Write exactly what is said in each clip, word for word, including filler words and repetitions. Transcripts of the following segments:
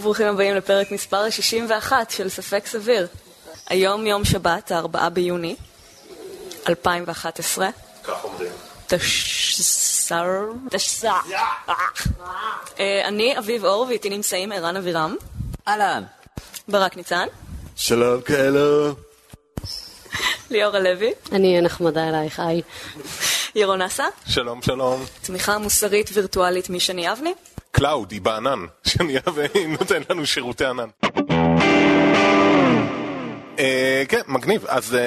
וברוכים הבאים לפרק מספר שישים ואחת של ספק סביר. היום יום שבת, הארבעה ביוני, אלפיים ואחת עשרה. כך אומרים. תשסר, תשסע. אני אביב אור ואיתי נמצאים ערן אבירם. אהלן. ברק ניצן. שלום כאלו. ליאור הלוי. אני נחמדה אלייך, היי. ירון נסה. שלום שלום. תמיכה מוסרית וירטואלית משני אבני. קלאוד, היא בענן. שני אבני נותן לנו שירותי ענן. כן, מגניב. אז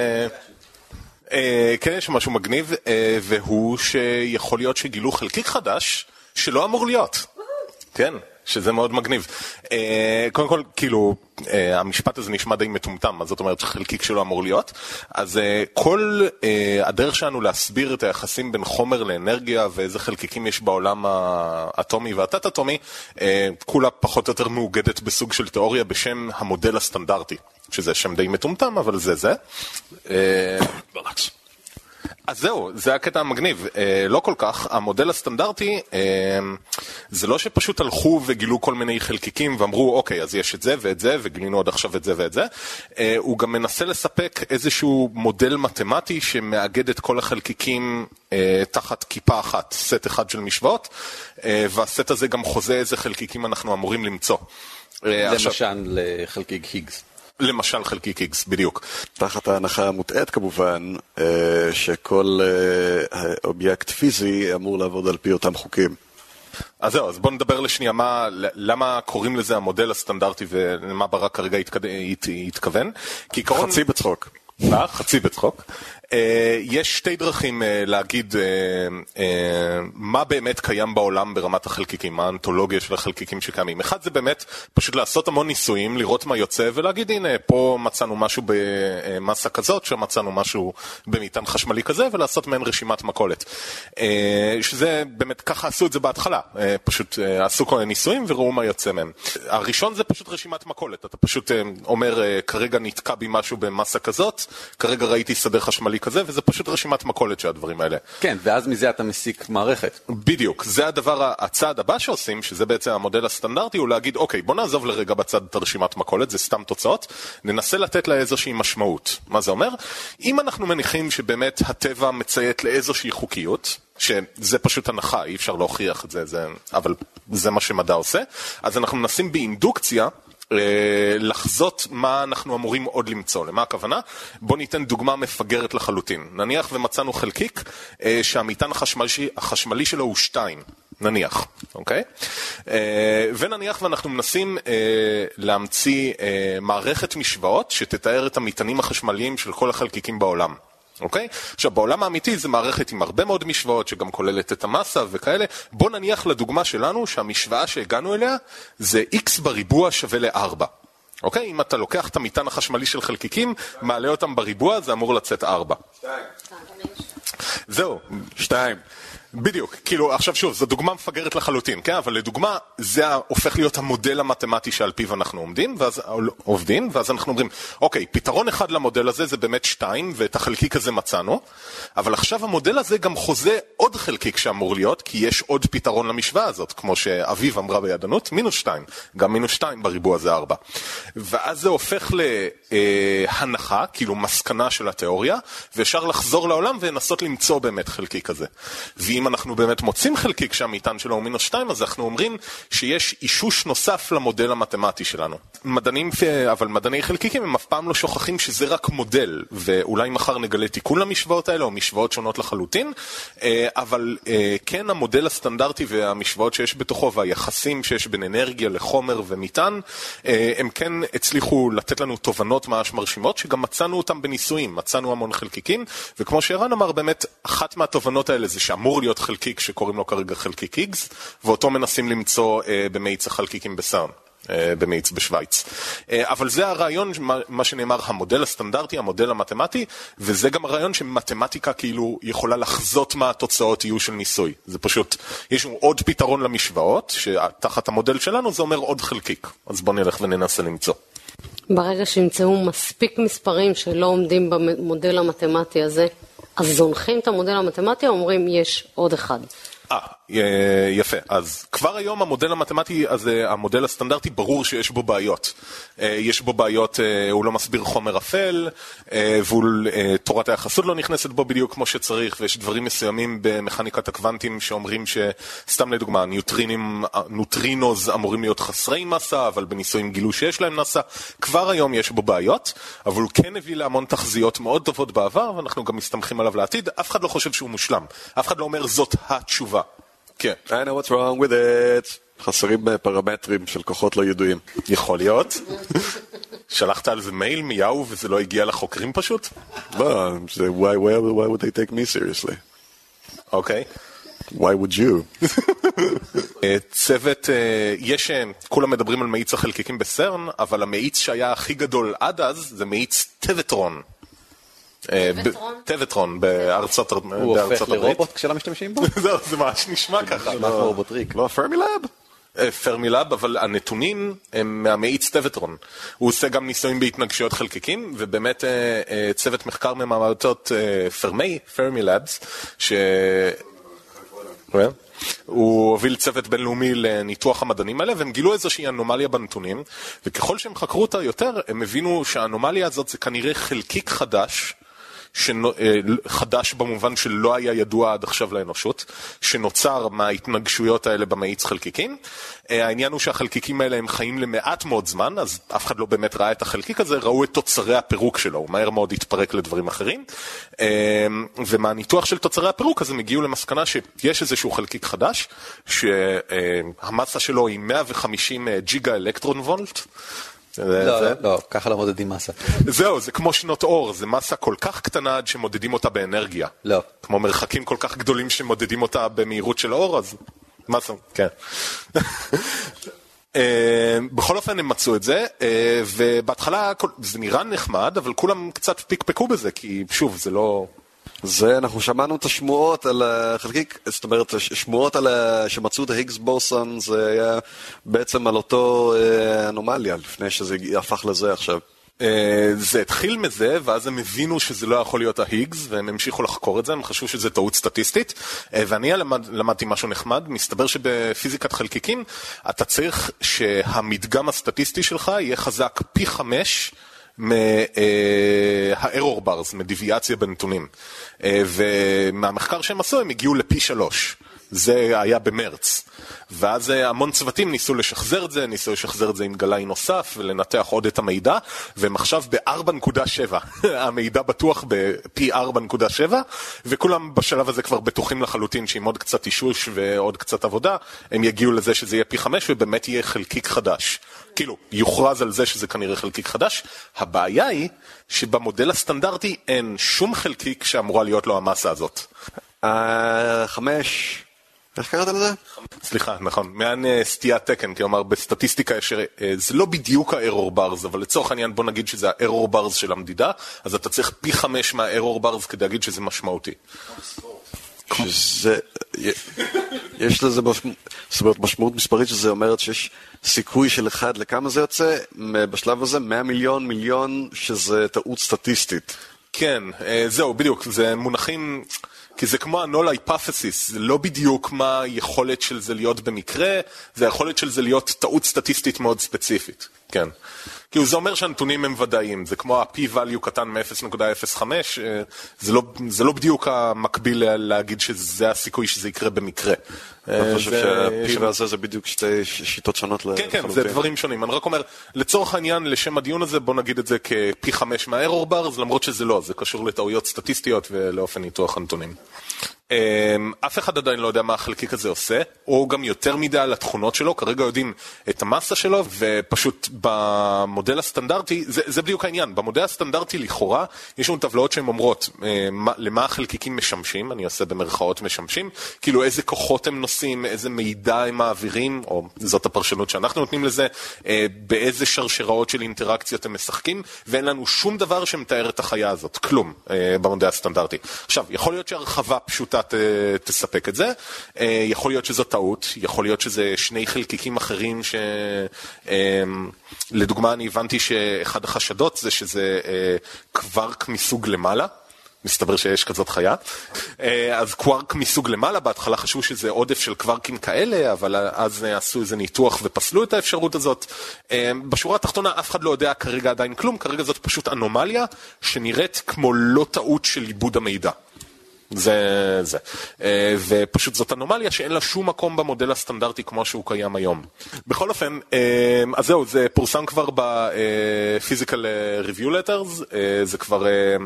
כן, יש משהו מגניב, והוא שיכול להיות שגילו חלקיק חדש שלא אמור להיות. כן. שזה מאוד מגניב. קודם כל, כאילו, המשפט הזה נשמע די מטומטם, אז זאת אומרת שחלקיק שלו אמור להיות. אז כל הדרך שלנו להסביר את היחסים בין חומר לאנרגיה ואיזה חלקיקים יש בעולם האטומי והתת-אטומי, כולה פחות או יותר מאוגדת בסוג של תיאוריה בשם המודל הסטנדרטי, שזה שם די מטומטם, אבל זה זה. בלקס. אז זהו, זה הקטע המגניב. אה, לא כל כך, המודל הסטנדרטי, אה, זה לא שפשוט הלכו וגילו כל מיני חלקיקים ואמרו, אוקיי, אז יש את זה ואת זה, וגילינו עוד עכשיו את זה ואת זה. אה, הוא גם מנסה לספק איזשהו מודל מתמטי שמאגד את כל החלקיקים אה, תחת כיפה אחת, סט אחד של משוואות, אה, והסט הזה גם חוזה איזה חלקיקים אנחנו אמורים למצוא. אה, למשל עכשיו... לחלקיק היגס. למשל חלקיק היגס, בדיוק. תחת ההנחה המוטעת כמובן, שכל אובייקט פיזי אמור לעבוד על פי אותם חוקים. אז זהו, אז בואו נדבר לשנייה, מה, למה קוראים לזה המודל הסטנדרטי ולמה ברק כרגע התכוון? כי קוראים... חצי בצחוק. מה? חצי בצחוק. יש שתי דרכים להגיד מה באמת קיים בעולם ברמת החלקיקים, מה האנתולוגיה של החלקיקים שקיימים. אחד זה באמת פשוט לעשות המון ניסויים, לראות מה יוצא ולהגיד הנה פה מצאנו משהו במסה כזאת, שמצאנו משהו במטען חשמלי כזה ולעשות מהן רשימת מכולת. שזה באמת ככה עשו את זה בהתחלה, פשוט עשו כל מיני ניסויים וראו מה יוצא מהם. הראשון זה פשוט רשימת מכולת, אתה פשוט אומר כרגע נתקע בי משהו במסה כזאת, כרגע ראיתי סדר חשמלי כזה, וזה פשוט רשימת מכולת של הדברים האלה. כן, ואז מזה אתה מסיק מערכת. בדיוק, זה הדבר, הצעד הבא שעושים, שזה בעצם המודל הסטנדרטי, הוא להגיד, אוקיי, בוא נעזוב לרגע בצד את הרשימת מכולת, זה סתם תוצאות, ננסה לתת לה איזושהי משמעות. מה זה אומר? אם אנחנו מניחים שבאמת הטבע מציית לאיזושהי חוקיות, שזה פשוט הנחה, אי אפשר להוכיח את זה, זה, אבל זה מה שמדע עושה, אז אנחנו מנסים באינדוקציה, לחזות מה אנחנו אמורים עוד למצוא. למה הכוונה? בוא ניתן דוגמה מפגרת לחלוטין. נניח ומצאנו חלקיק שהמטען החשמלי, החשמלי שלו הוא שתיים. נניח, אוקיי? ונניח ואנחנו מנסים להמציא מערכת משוואות שתתאר את המטענים החשמליים של כל החלקיקים בעולם. אוקיי? עכשיו, בעולם האמיתי זה מערכת עם הרבה מאוד משוואות שגם כוללת את המסה וכאלה. בוא נניח לדוגמה שלנו שהמשוואה שהגענו אליה זה x בריבוע שווה ל-ארבע. אוקיי? אם אתה לוקח את המטען החשמלי של חלקיקים, מעלה אותם בריבוע, זה אמור לצאת ארבע. שתיים. זהו. שתיים. בדיוק, כאילו עכשיו שוב, זו דוגמה מפגרת לחלוטין, כן? אבל לדוגמה, זה הופך להיות המודל המתמטי שעל פיו אנחנו עומדים, ואז עובדים, ואז אנחנו אומרים, אוקיי, פתרון אחד למודל הזה זה באמת שתיים, ואת החלקיק הזה מצאנו, אבל עכשיו המודל הזה גם חוזה עוד חלקיק שאמור להיות, כי יש עוד פתרון למשוואה הזאת, כמו שאביב אמרה בידענות, מינוס שתיים, גם מינוס שתיים בריבוע זה ארבע. ואז זה הופך להנחה, כאילו מסקנה של התיאוריה, ואפשר לחזור לעולם ולנסות למצוא באמת חלקיק כזה. ואם אנחנו באמת מוצאים חלקיק שהמטען שלו הוא מינוס שתיים, אז אנחנו אומרים שיש אישוש נוסף למודל המתמטי שלנו. מדענים, אבל מדעני חלקיקים הם אף פעם לא שוכחים שזה רק מודל, ואולי מחר נגלה תיקון למשוואות האלה, או משוואות שונות לחלוטין, אבל כן המודל הסטנדרטי והמשוואות שיש בתוכו, והיחסים שיש בין אנרגיה לחומר ומטען, הם כן הצליחו לתת לנו תובנות ממש מרשימות, שגם מצאנו אותם בניסויים, מצאנו המון חלקיקים, וכמו שערן אמר, באמת, אחת מהתובנות האלה זה שאמור להיות חלקיק שקוראים לו כרגע חלקיק היגס, ואותו מנסים למצוא אה, במאיץ החלקיקים בסרן, אה, במאיץ בשוויץ. אה, אבל זה הרעיון, מה, מה שנאמר, המודל הסטנדרטי, המודל המתמטי, וזה גם הרעיון שמתמטיקה כאילו יכולה לחזות מה התוצאות יהיו של ניסוי. זה פשוט, יש לנו עוד פתרון למשוואות, שתחת המודל שלנו זה אומר עוד חלקיק. אז בוא נלך וננסה למצוא. ברגע שימצאו מספיק מספרים שלא עומדים במודל המתמטי הזה, אז זונחים את המודל המתמטי, אומרים יש עוד אחד. אה, יפה, אז כבר היום המודל המתמטי, אז המודל הסטנדרטי ברור שיש בו בעיות. יש בו בעיות, הוא לא מסביר חומר אפל, ותורת היחסות לא נכנסת בו בדיוק כמו שצריך, ויש דברים מסוימים במכניקת הקוונטים שאומרים שסתם לדוגמה, ניוטרינים, נוטרינוז אמורים להיות חסרי מסה, אבל בניסויים גילו שיש להם מסה. כבר היום יש בו בעיות, אבל הוא כן הביא להמון תחזיות מאוד טובות בעבר, ואנחנו גם מסתמכים עליו לעתיד. אף אחד לא חושב שהוא מושלם. אף אחד לא אומר זאת התשובה. כן. I know what's wrong with it. חסרים פרמטרים של כוחות לא ידועים. יכול להיות. שלחת על זה מייל מיהו וזה לא הגיע לחוקרים פשוט? לא, זה why, why, why would they take me seriously? אוקיי. Why would you? צוות, יש, כולם מדברים על מאיץ החלקיקים בסרן, אבל המאיץ שהיה הכי גדול עד אז זה מאיץ טבטרון. טבטרון בארצות הברית. הוא הופך לרובוט כשלא משתמשים בו? זהו, זה ממש נשמע ככה. נשמע כמו רובוטריק. לא פרמילאב? פרמילאב, אבל הנתונים הם מהמאיץ טבטרון. הוא עושה גם ניסויים בהתנגשויות חלקיקים, ובאמת צוות מחקר ממעבדות פרמי, פרמילאבס, ש... הוא הוביל צוות בינלאומי לניתוח המדענים האלה, והם גילו איזושהי אנומליה בנתונים, וככל שהם חקרו אותה יותר, הם הבינו שהאנומליה הזאת זה כנראה חלקיק חדש, חדש במובן שלא היה ידוע עד עכשיו לאנושות, שנוצר מההתנגשויות האלה במאיץ חלקיקים. העניין הוא שהחלקיקים האלה הם חיים למעט מאוד זמן, אז אף אחד לא באמת ראה את החלקיק הזה, ראו את תוצרי הפירוק שלו, הוא מהר מאוד התפרק לדברים אחרים, ומהניתוח של תוצרי הפירוק אז הם הגיעו למסקנה שיש איזשהו חלקיק חדש, שהמסה שלו היא מאה וחמישים ג'יגה אלקטרון וולט, לא, לא, לא, ככה לא מודדים מסה. זהו, זה כמו שנות אור, זה מסה כל כך קטנה עד שמודדים אותה באנרגיה. לא. כמו מרחקים כל כך גדולים שמודדים אותה במהירות של אור, אז מסה, כן. בכל אופן הם מצאו את זה, ובהתחלה זה נראה נחמד, אבל כולם קצת פיקפקו בזה, כי שוב, זה לא... זה, אנחנו שמענו את השמועות על החלקיק, זאת אומרת, שמועות על שמצאו את ההיגס בוסון, זה היה בעצם על אותו אנומליה, לפני שזה הפך לזה עכשיו. זה התחיל מזה, ואז הם הבינו שזה לא יכול להיות ההיגס, והם המשיכו לחקור את זה, הם חשבו שזה טעות סטטיסטית, ואני למד, למדתי משהו נחמד, מסתבר שבפיזיקת חלקיקים, אתה צריך שהמדגם הסטטיסטי שלך יהיה חזק פי חמש, מהארור ברס, מדוויאציה בנתונים. ומהמחקר שהם עשו, הם הגיעו לפי שלוש. זה היה במרץ. ואז המון צוותים ניסו לשחזר את זה, ניסו לשחזר את זה עם גלאי נוסף, ולנתח עוד את המידע, והם עכשיו ב-ארבע נקודה שבע. המידע בטוח ב-פי ארבע נקודה שבע, וכולם בשלב הזה כבר בטוחים לחלוטין, שעם עוד קצת אישוש ועוד קצת עבודה, הם יגיעו לזה שזה יהיה פי חמש, ובאמת יהיה חלקיק חדש. כאילו, יוכרז על זה שזה כנראה חלקיק חדש. הבעיה היא שבמודל הסטנדרטי אין שום חלקיק שאמורה להיות לו המסה הזאת. חמש... איך קראת לזה? סליחה, נכון, מעין סטיית תקן, כלומר בסטטיסטיקה יש, זה לא בדיוק הארור ברז, אבל לצורך העניין בוא נגיד שזה הארור ברז של המדידה, אז אתה צריך פי חמש מהארור ברז כדי להגיד שזה משמעותי. שזה, יש לזה משמעות מספרית שזה אומרת שיש סיכוי של אחד לכמה זה יוצא, בשלב הזה מאה מיליון מיליון שזה טעות סטטיסטית. כן, זהו, בדיוק, זה מונחים... כי זה כמו הנול הייפותסיס, זה לא בדיוק מה היכולת של זה להיות במקרה, זה היכולת של זה להיות טעות סטטיסטית מאוד ספציפית, כן. כי זה אומר שהנתונים הם ודאיים, זה כמו ה-p-value קטן מ-אפס נקודה אפס חמש, זה לא, זה לא בדיוק המקביל להגיד שזה הסיכוי שזה יקרה במקרה. אני חושב שה-p והזה זה בדיוק שתי שיטות שונות לחלוטין. כן, כן, זה דברים שונים. אני רק אומר, לצורך העניין, לשם הדיון הזה, בוא נגיד את זה כ-פי חמש מהארור ברז, למרות שזה לא, זה קשור לטעויות סטטיסטיות ולאופן ניתוח הנתונים. אף אחד עדיין לא יודע מה החלקיק הזה עושה, או גם יותר מדי על התכונות שלו, כרגע יודעים את המסה שלו, ופשוט במודל הסטנדרטי, זה, זה בדיוק העניין, במודל הסטנדרטי לכאורה, יש לנו טבלאות שהן אומרות למה החלקיקים משמשים, אני עושה במרכאות משמשים, כאילו איזה כוחות הם נושאים, איזה מידע הם מעבירים, או זאת הפרשנות שאנחנו נותנים לזה, באיזה שרשראות של אינטראקציות הם משחקים, ואין לנו שום דבר שמתאר את החיה הזאת, כלום, במודל הסטנדרטי. עכשיו, יכול להיות שהרחבה פשוטה ת, תספק את זה, יכול להיות שזו טעות, יכול להיות שזה שני חלקיקים אחרים ש... לדוגמה, אני הבנתי שאחד החשדות זה שזה קווארק מסוג למעלה, מסתבר שיש כזאת חיה. אז קווארק מסוג למעלה, בהתחלה חשבו שזה עודף של קווארקים כאלה, אבל אז עשו איזה ניתוח ופסלו את האפשרות הזאת. בשורה התחתונה אף אחד לא יודע כרגע עדיין כלום, כרגע זאת פשוט אנומליה שנראית כמו לא טעות של עיבוד המידע. זה, זה. ופשוט זאת אנומליה שאין לה שום מקום במודל הסטנדרטי כמו שהוא קיים היום. בכל אופן, אז זהו, זה פורסם כבר ב-Physical Review Letters, זה כבר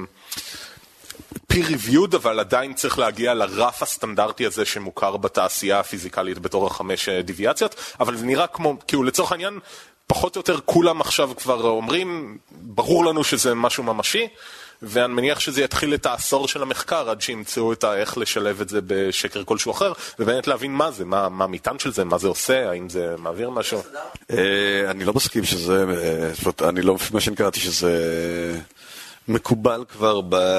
peer-reviewed, אבל עדיין צריך להגיע לרף הסטנדרטי הזה שמוכר בתעשייה הפיזיקלית בתור החמש דיוויאציות, אבל זה נראה כמו, כאילו לצורך העניין, פחות או יותר כולם עכשיו כבר אומרים, ברור לנו שזה משהו ממשי, ואני מניח שזה יתחיל את העשור של המחקר עד שימצאו את איך לשלב את זה בשקר כלשהו אחר, ובאמת להבין מה זה, מה, מה המיתן של זה, מה זה עושה, האם זה מעביר משהו. אני לא מסכים שזה, אני לא, מה שאני קראתי שזה מקובל כבר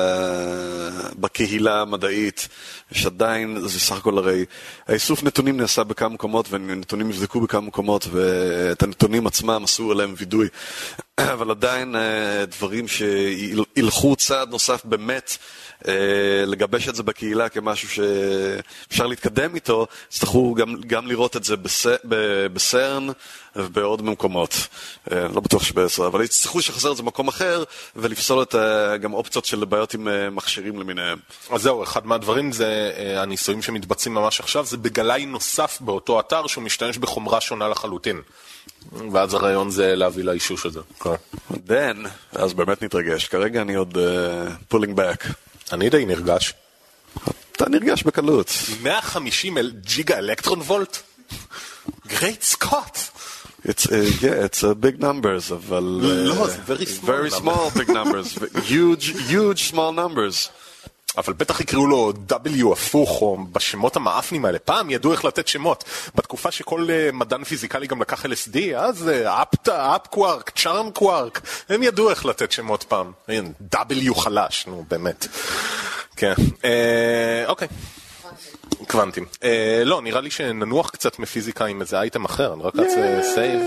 בקהילה המדעית, שעדיין זה סך הכל הרי, האיסוף נתונים נעשה בכמה מקומות, ונתונים נבדקו בכמה מקומות, ואת הנתונים עצמם עשו עליהם וידוי, אבל עדיין דברים שילכו צעד נוסף באמת, לגבש את זה בקהילה כמשהו שאפשר להתקדם איתו, צריכו גם, גם לראות את זה בסרן ובעוד מקומות. לא בטוח שבעשר, אבל צריכו לשחזר את זה במקום אחר ולפסול את גם אופציות של בעיות עם מכשירים למיניהם. אז זהו, אחד מהדברים זה הניסויים שמתבצעים ממש עכשיו, זה בגלאי נוסף באותו אתר שהוא משתמש בחומרה שונה לחלוטין. ואז הרעיון זה להביא לאישוש הזה. דן, אז באמת נתרגש. כרגע אני עוד pulling back. אני די נרגש. אתה נרגש בקלות. מאה וחמישים ג'יגה אלקטרון וולט? Great Scott! It's, uh, yeah, it's uh, big numbers, אבל... לא, זה very small very small big numbers. huge, huge small numbers. אבל בטח יקראו לו W הפוך, או בשמות המאפנים האלה. פעם ידעו איך לתת שמות. בתקופה שכל מדען פיזיקלי גם לקח L S D, אז אפ קווארק, צ'ארם קווארק, הם ידעו איך לתת שמות פעם. W חלש, נו, באמת. כן, אוקיי. קוונטים. לא, נראה לי שננוח קצת מפיזיקה עם איזה אייטם אחר, אני רק רוצה סייב.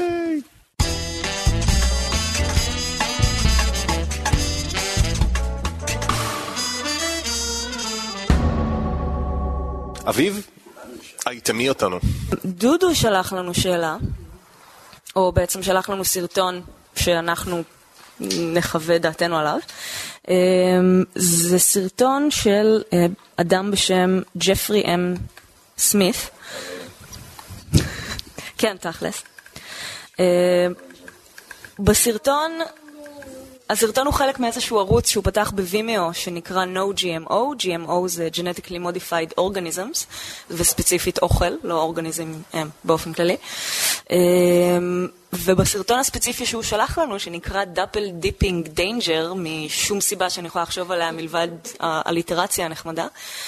אביב, הייתמי אותנו. דודו שלח לנו שאלה, או בעצם שלח לנו סרטון שאנחנו נחווה דעתנו עליו. זה סרטון של אדם בשם ג'פרי אם סמית. כן, תכלס. בסרטון... הסרטון הוא חלק מאיזשהו ערוץ שהוא פתח בווימאו שנקרא No ג'י אם או. ג'י אם או זה Genetically Modified Organisms, וספציפית אוכל, לא אורגניזם הם, באופן כללי. ובסרטון הספציפי שהוא שלח לנו, שנקרא Double Dipping Danger, משום סיבה שאני יכולה לחשוב עליה מלבד הליטרציה הנחמדה,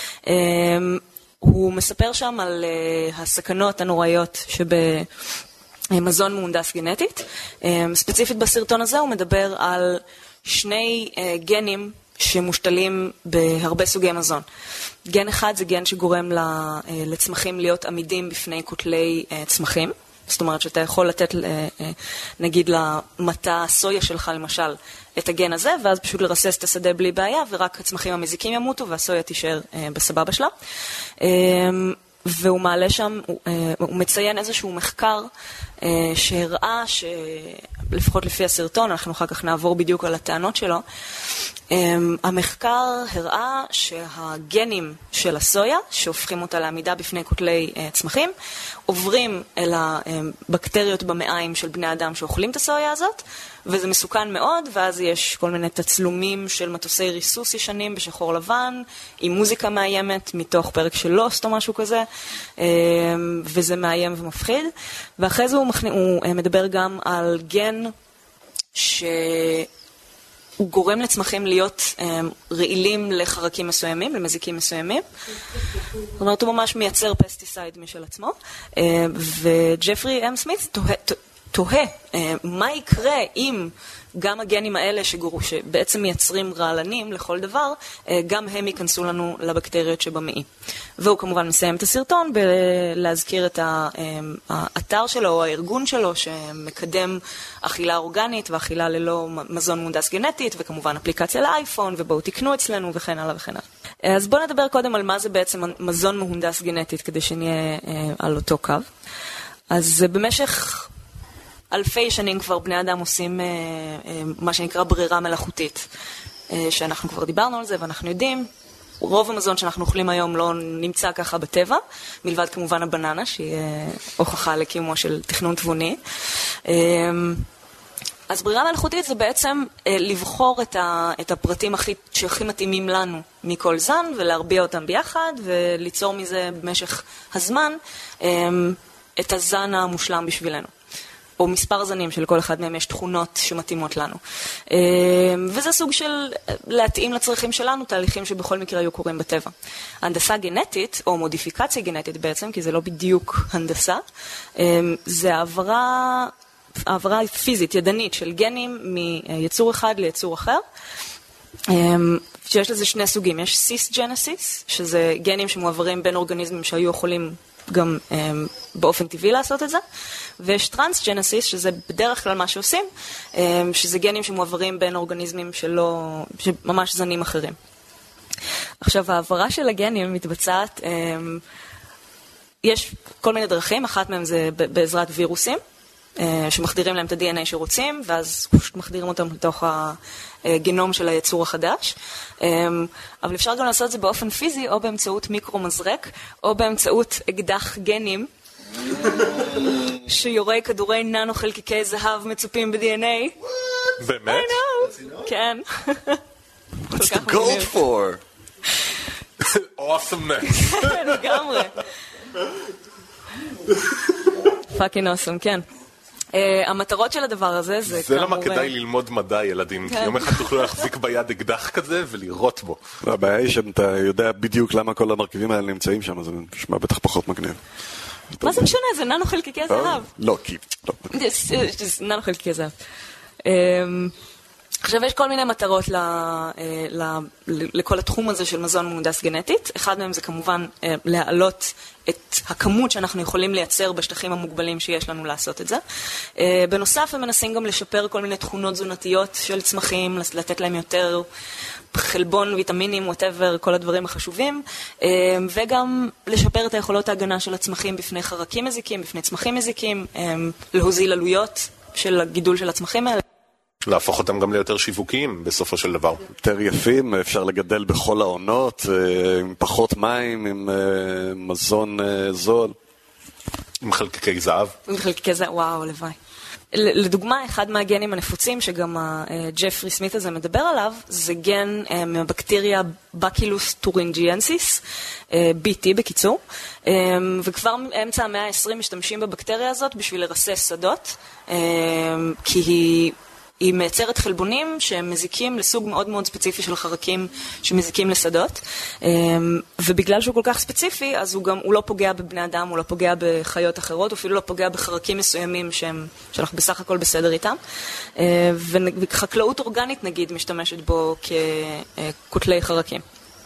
הוא מספר שם על הסכנות הנוראיות שב... מזון מהונדס גנטית. ספציפית בסרטון הזה הוא מדבר על שני גנים שמושתלים בהרבה סוגי מזון. גן אחד זה גן שגורם לצמחים להיות עמידים בפני כותלי צמחים. זאת אומרת שאתה יכול לתת, נגיד, למטה הסויה שלך למשל את הגן הזה, ואז פשוט לרסס את השדה בלי בעיה, ורק הצמחים המזיקים ימותו והסויה תישאר בסבבה שלה. והוא מעלה שם, הוא, הוא מציין איזשהו מחקר שהראה, שלפחות לפי הסרטון, אנחנו אחר כך נעבור בדיוק על הטענות שלו, המחקר הראה שהגנים של הסויה, שהופכים אותה לעמידה בפני כותלי צמחים, עוברים אל הבקטריות במעיים של בני אדם שאוכלים את הסויה הזאת, וזה מסוכן מאוד, ואז יש כל מיני תצלומים של מטוסי ריסוס ישנים בשחור לבן, עם מוזיקה מאיימת מתוך פרק של לוסט או משהו כזה, וזה מאיים ומפחיד. ואחרי זה הוא, מכנ... הוא מדבר גם על גן שהוא גורם לצמחים להיות רעילים לחרקים מסוימים, למזיקים מסוימים. זאת אומרת, הוא ממש מייצר פסטיסייד משל עצמו. וג'פרי אם סמית תוהה מה יקרה אם גם הגנים האלה שגור, שבעצם מייצרים רעלנים לכל דבר, גם הם ייכנסו לנו לבקטריות שבמעי. והוא כמובן מסיים את הסרטון בלהזכיר את האתר שלו או הארגון שלו שמקדם אכילה אורגנית ואכילה ללא מזון מהונדס גנטית, וכמובן אפליקציה לאייפון, ובואו תקנו אצלנו וכן הלאה וכן הלאה. אז בואו נדבר קודם על מה זה בעצם מזון מהונדס גנטית, כדי שנהיה על אותו קו. אז במשך אלפי שנים כבר בני אדם עושים אה, אה, מה שנקרא ברירה מלאכותית, אה, שאנחנו כבר דיברנו על זה ואנחנו יודעים, רוב המזון שאנחנו אוכלים היום לא נמצא ככה בטבע, מלבד כמובן הבננה, שהיא אה, הוכחה לקיומו של תכנון תבוני. אה, אז ברירה מלאכותית זה בעצם אה, לבחור את, ה, את הפרטים הכי, שהכי מתאימים לנו מכל זן, ולהרביע אותם ביחד, וליצור מזה במשך הזמן אה, את הזן המושלם בשבילנו. או מספר זנים שלכל אחד מהם יש תכונות שמתאימות לנו. וזה סוג של להתאים לצרכים שלנו, תהליכים שבכל מקרה היו קורים בטבע. הנדסה גנטית, או מודיפיקציה גנטית בעצם, כי זה לא בדיוק הנדסה, זה העברה, העברה פיזית, ידנית, של גנים מיצור אחד ליצור אחר, שיש לזה שני סוגים. יש סיסג'נסיס, שזה גנים שמועברים בין אורגניזמים שהיו יכולים גם um, באופן טבעי לעשות את זה, ויש טרנסג'נסיס, שזה בדרך כלל מה שעושים, um, שזה גנים שמועברים בין אורגניזמים שלא, שממש זנים אחרים. עכשיו, העברה של הגנים מתבצעת, um, יש כל מיני דרכים, אחת מהם זה בעזרת וירוסים, uh, שמחדירים להם את ה-די אן איי שרוצים, ואז פשוט מחדירים אותם לתוך הגנום של היצור החדש. אבל אפשר גם לעשות את זה באופן פיזי, או באמצעות מיקרו-מזרק, או באמצעות אקדח גנים, שיורי כדורי ננו חלקיקי זהב מצופים ב-די אן איי. באמת? I know. כן. What's the gold for? Awesomeness. כן, לגמרי. fucking awesome, כן. Uh, המטרות של הדבר הזה זה... זה למה כדאי ללמוד מדע, ילדים, כי יום אחד תוכלו להחזיק ביד אקדח כזה ולירות בו. הבעיה היא שאתה יודע בדיוק למה כל המרכיבים האלה נמצאים שם, אז זה נשמע בטח פחות מגניב. מה זה משנה? זה ננו חלקיקי זהב. לא, כי... ננו חלקיקי זהב. עכשיו, יש כל מיני מטרות ל, ל, לכל התחום הזה של מזון מהונדס גנטית. אחד מהם זה כמובן להעלות את הכמות שאנחנו יכולים לייצר בשטחים המוגבלים שיש לנו לעשות את זה. בנוסף, הם מנסים גם לשפר כל מיני תכונות תזונתיות של צמחים, לתת להם יותר חלבון, ויטמינים, whatever, כל הדברים החשובים, וגם לשפר את היכולות ההגנה של הצמחים בפני חרקים מזיקים, בפני צמחים מזיקים, להוזיל עלויות של הגידול של הצמחים האלה. להפוך אותם גם ליותר שיווקיים בסופו של דבר. יותר יפים, אפשר לגדל בכל העונות, עם פחות מים, עם מזון זול. עם חלקיקי זהב. עם חלקיקי זהב, וואו, לוואי. לדוגמה, אחד מהגנים הנפוצים שגם ג'פרי סמית הזה מדבר עליו, זה גן מהבקטריה בקילוס טורינג'יאנסיס, בי טי בקיצור, וכבר אמצע המאה ה-עשרים משתמשים בבקטריה הזאת בשביל לרסס שדות, כי היא... היא מייצרת חלבונים שהם מזיקים לסוג מאוד מאוד ספציפי של חרקים שמזיקים לשדות, ובגלל שהוא כל כך ספציפי, אז הוא גם, הוא לא פוגע בבני אדם, הוא לא פוגע בחיות אחרות, הוא אפילו לא פוגע בחרקים מסוימים שהם, שאנחנו בסך הכל בסדר איתם, וחקלאות אורגנית נגיד משתמשת בו ככותלי חרקים.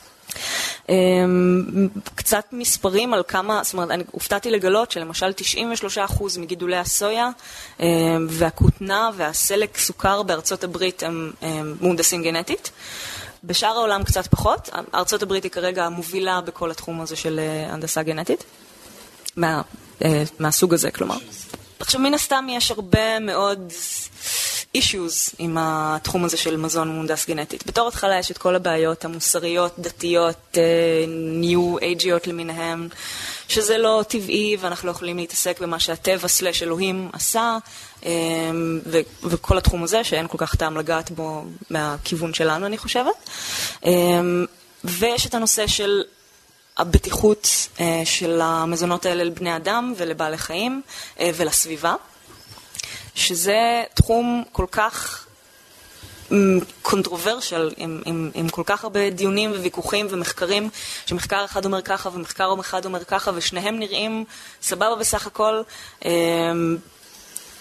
קצת מספרים על כמה, זאת אומרת, אני הופתעתי לגלות שלמשל תשעים ושלושה אחוז מגידולי הסויה והכותנה והסלק סוכר בארצות הברית הם מהונדסים גנטית. בשאר העולם קצת פחות. ארצות הברית היא כרגע המובילה בכל התחום הזה של הנדסה גנטית. מה, מהסוג הזה, כלומר. עכשיו, מן הסתם יש הרבה מאוד issues עם התחום הזה של מזון מהונדס גנטית. בתור התחלה יש את כל הבעיות המוסריות, דתיות, ניו אייג'יות למיניהם, שזה לא טבעי ואנחנו לא יכולים להתעסק במה שהטבע סלש אלוהים עשה, וכל התחום הזה שאין כל כך טעם לגעת בו מהכיוון שלנו, אני חושבת. ויש את הנושא של הבטיחות של המזונות האלה לבני אדם ולבעלי חיים ולסביבה, שזה תחום כל כך קונטרוברשל, עם, עם, עם כל כך הרבה דיונים וויכוחים ומחקרים, שמחקר אחד אומר ככה ומחקר אחד אומר ככה, ושניהם נראים סבבה בסך הכל.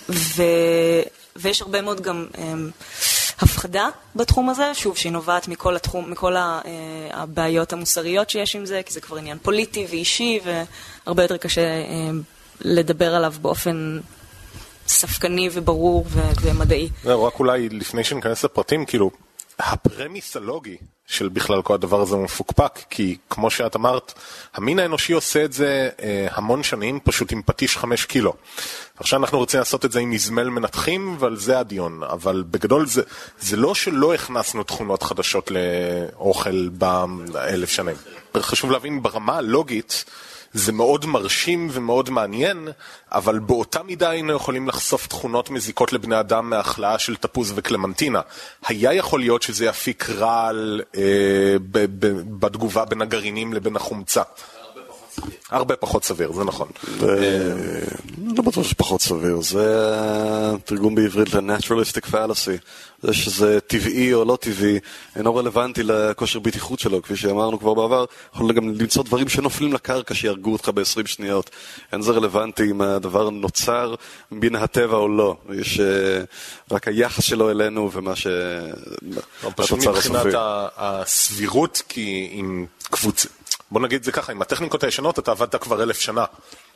ו... ויש הרבה מאוד גם הפחדה בתחום הזה, שוב, שהיא נובעת מכל התחום, מכל הבעיות המוסריות שיש עם זה, כי זה כבר עניין פוליטי ואישי, והרבה יותר קשה לדבר עליו באופן ספקני וברור ומדעי. זהו, רק אולי לפני שניכנס לפרטים, כאילו, הפרמיס הלוגי של בכלל כל הדבר הזה הוא מפוקפק, כי כמו שאת אמרת, המין האנושי עושה את זה אה, המון שנים, פשוט עם פטיש חמש קילו. עכשיו אנחנו רוצים לעשות את זה עם מזמל מנתחים, ועל זה הדיון. אבל בגדול זה, זה לא שלא הכנסנו תכונות חדשות לאוכל באלף שנים. חשוב להבין ברמה הלוגית, זה מאוד מרשים ומאוד מעניין, אבל באותה מידה היינו יכולים לחשוף תכונות מזיקות לבני אדם מהחלאה של תפוז וקלמנטינה. היה יכול להיות שזה יפיק רעל אה, ב- ב- בתגובה בין הגרעינים לבין החומצה. הרבה פחות סביר, זה נכון. לא בטוח שפחות סביר, זה תרגום בעברית ל-naturalistic fallacy. זה שזה טבעי או לא טבעי, אינו רלוונטי לכושר בטיחות שלו, כפי שאמרנו כבר בעבר, יכולים גם למצוא דברים שנופלים לקרקע שירגו אותך ב-עשרים שניות. אין זה רלוונטי אם הדבר נוצר בין הטבע או לא. יש רק היחס שלו אלינו ומה ש... פשוט מבחינת הסבירות, כי עם קבוצה... בוא נגיד את זה ככה, עם הטכניקות הישנות אתה עבדת כבר אלף שנה,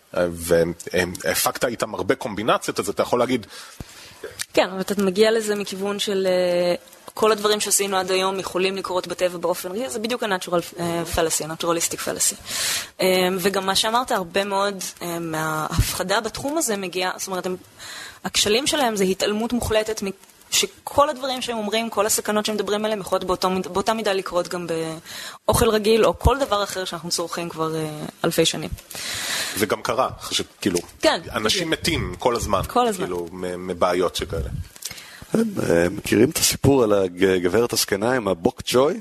והפקת איתם הרבה קומבינציות, אז אתה יכול להגיד... כן, אבל אתה מגיע לזה מכיוון של כל הדברים שעשינו עד היום יכולים לקרות בטבע באופן רגיל, זה בדיוק ה-natural fallacy, ה-naturalistic fallacy. וגם מה שאמרת, הרבה מאוד מההפחדה בתחום הזה מגיע, זאת אומרת, הכשלים שלהם זה התעלמות מוחלטת שכל הדברים שהם אומרים, כל הסכנות שהם מדברים עליהם, יכולות באותו, באותה מידה לקרות גם באוכל רגיל, או כל דבר אחר שאנחנו צורכים כבר אלפי שנים. זה גם קרה, חושב, כאילו, כן, אנשים מתים כל הזמן, כל הזמן. כאילו, מבעיות שכאלה. מכירים את הסיפור על הגברת הזקנה עם הבוק ג'וי?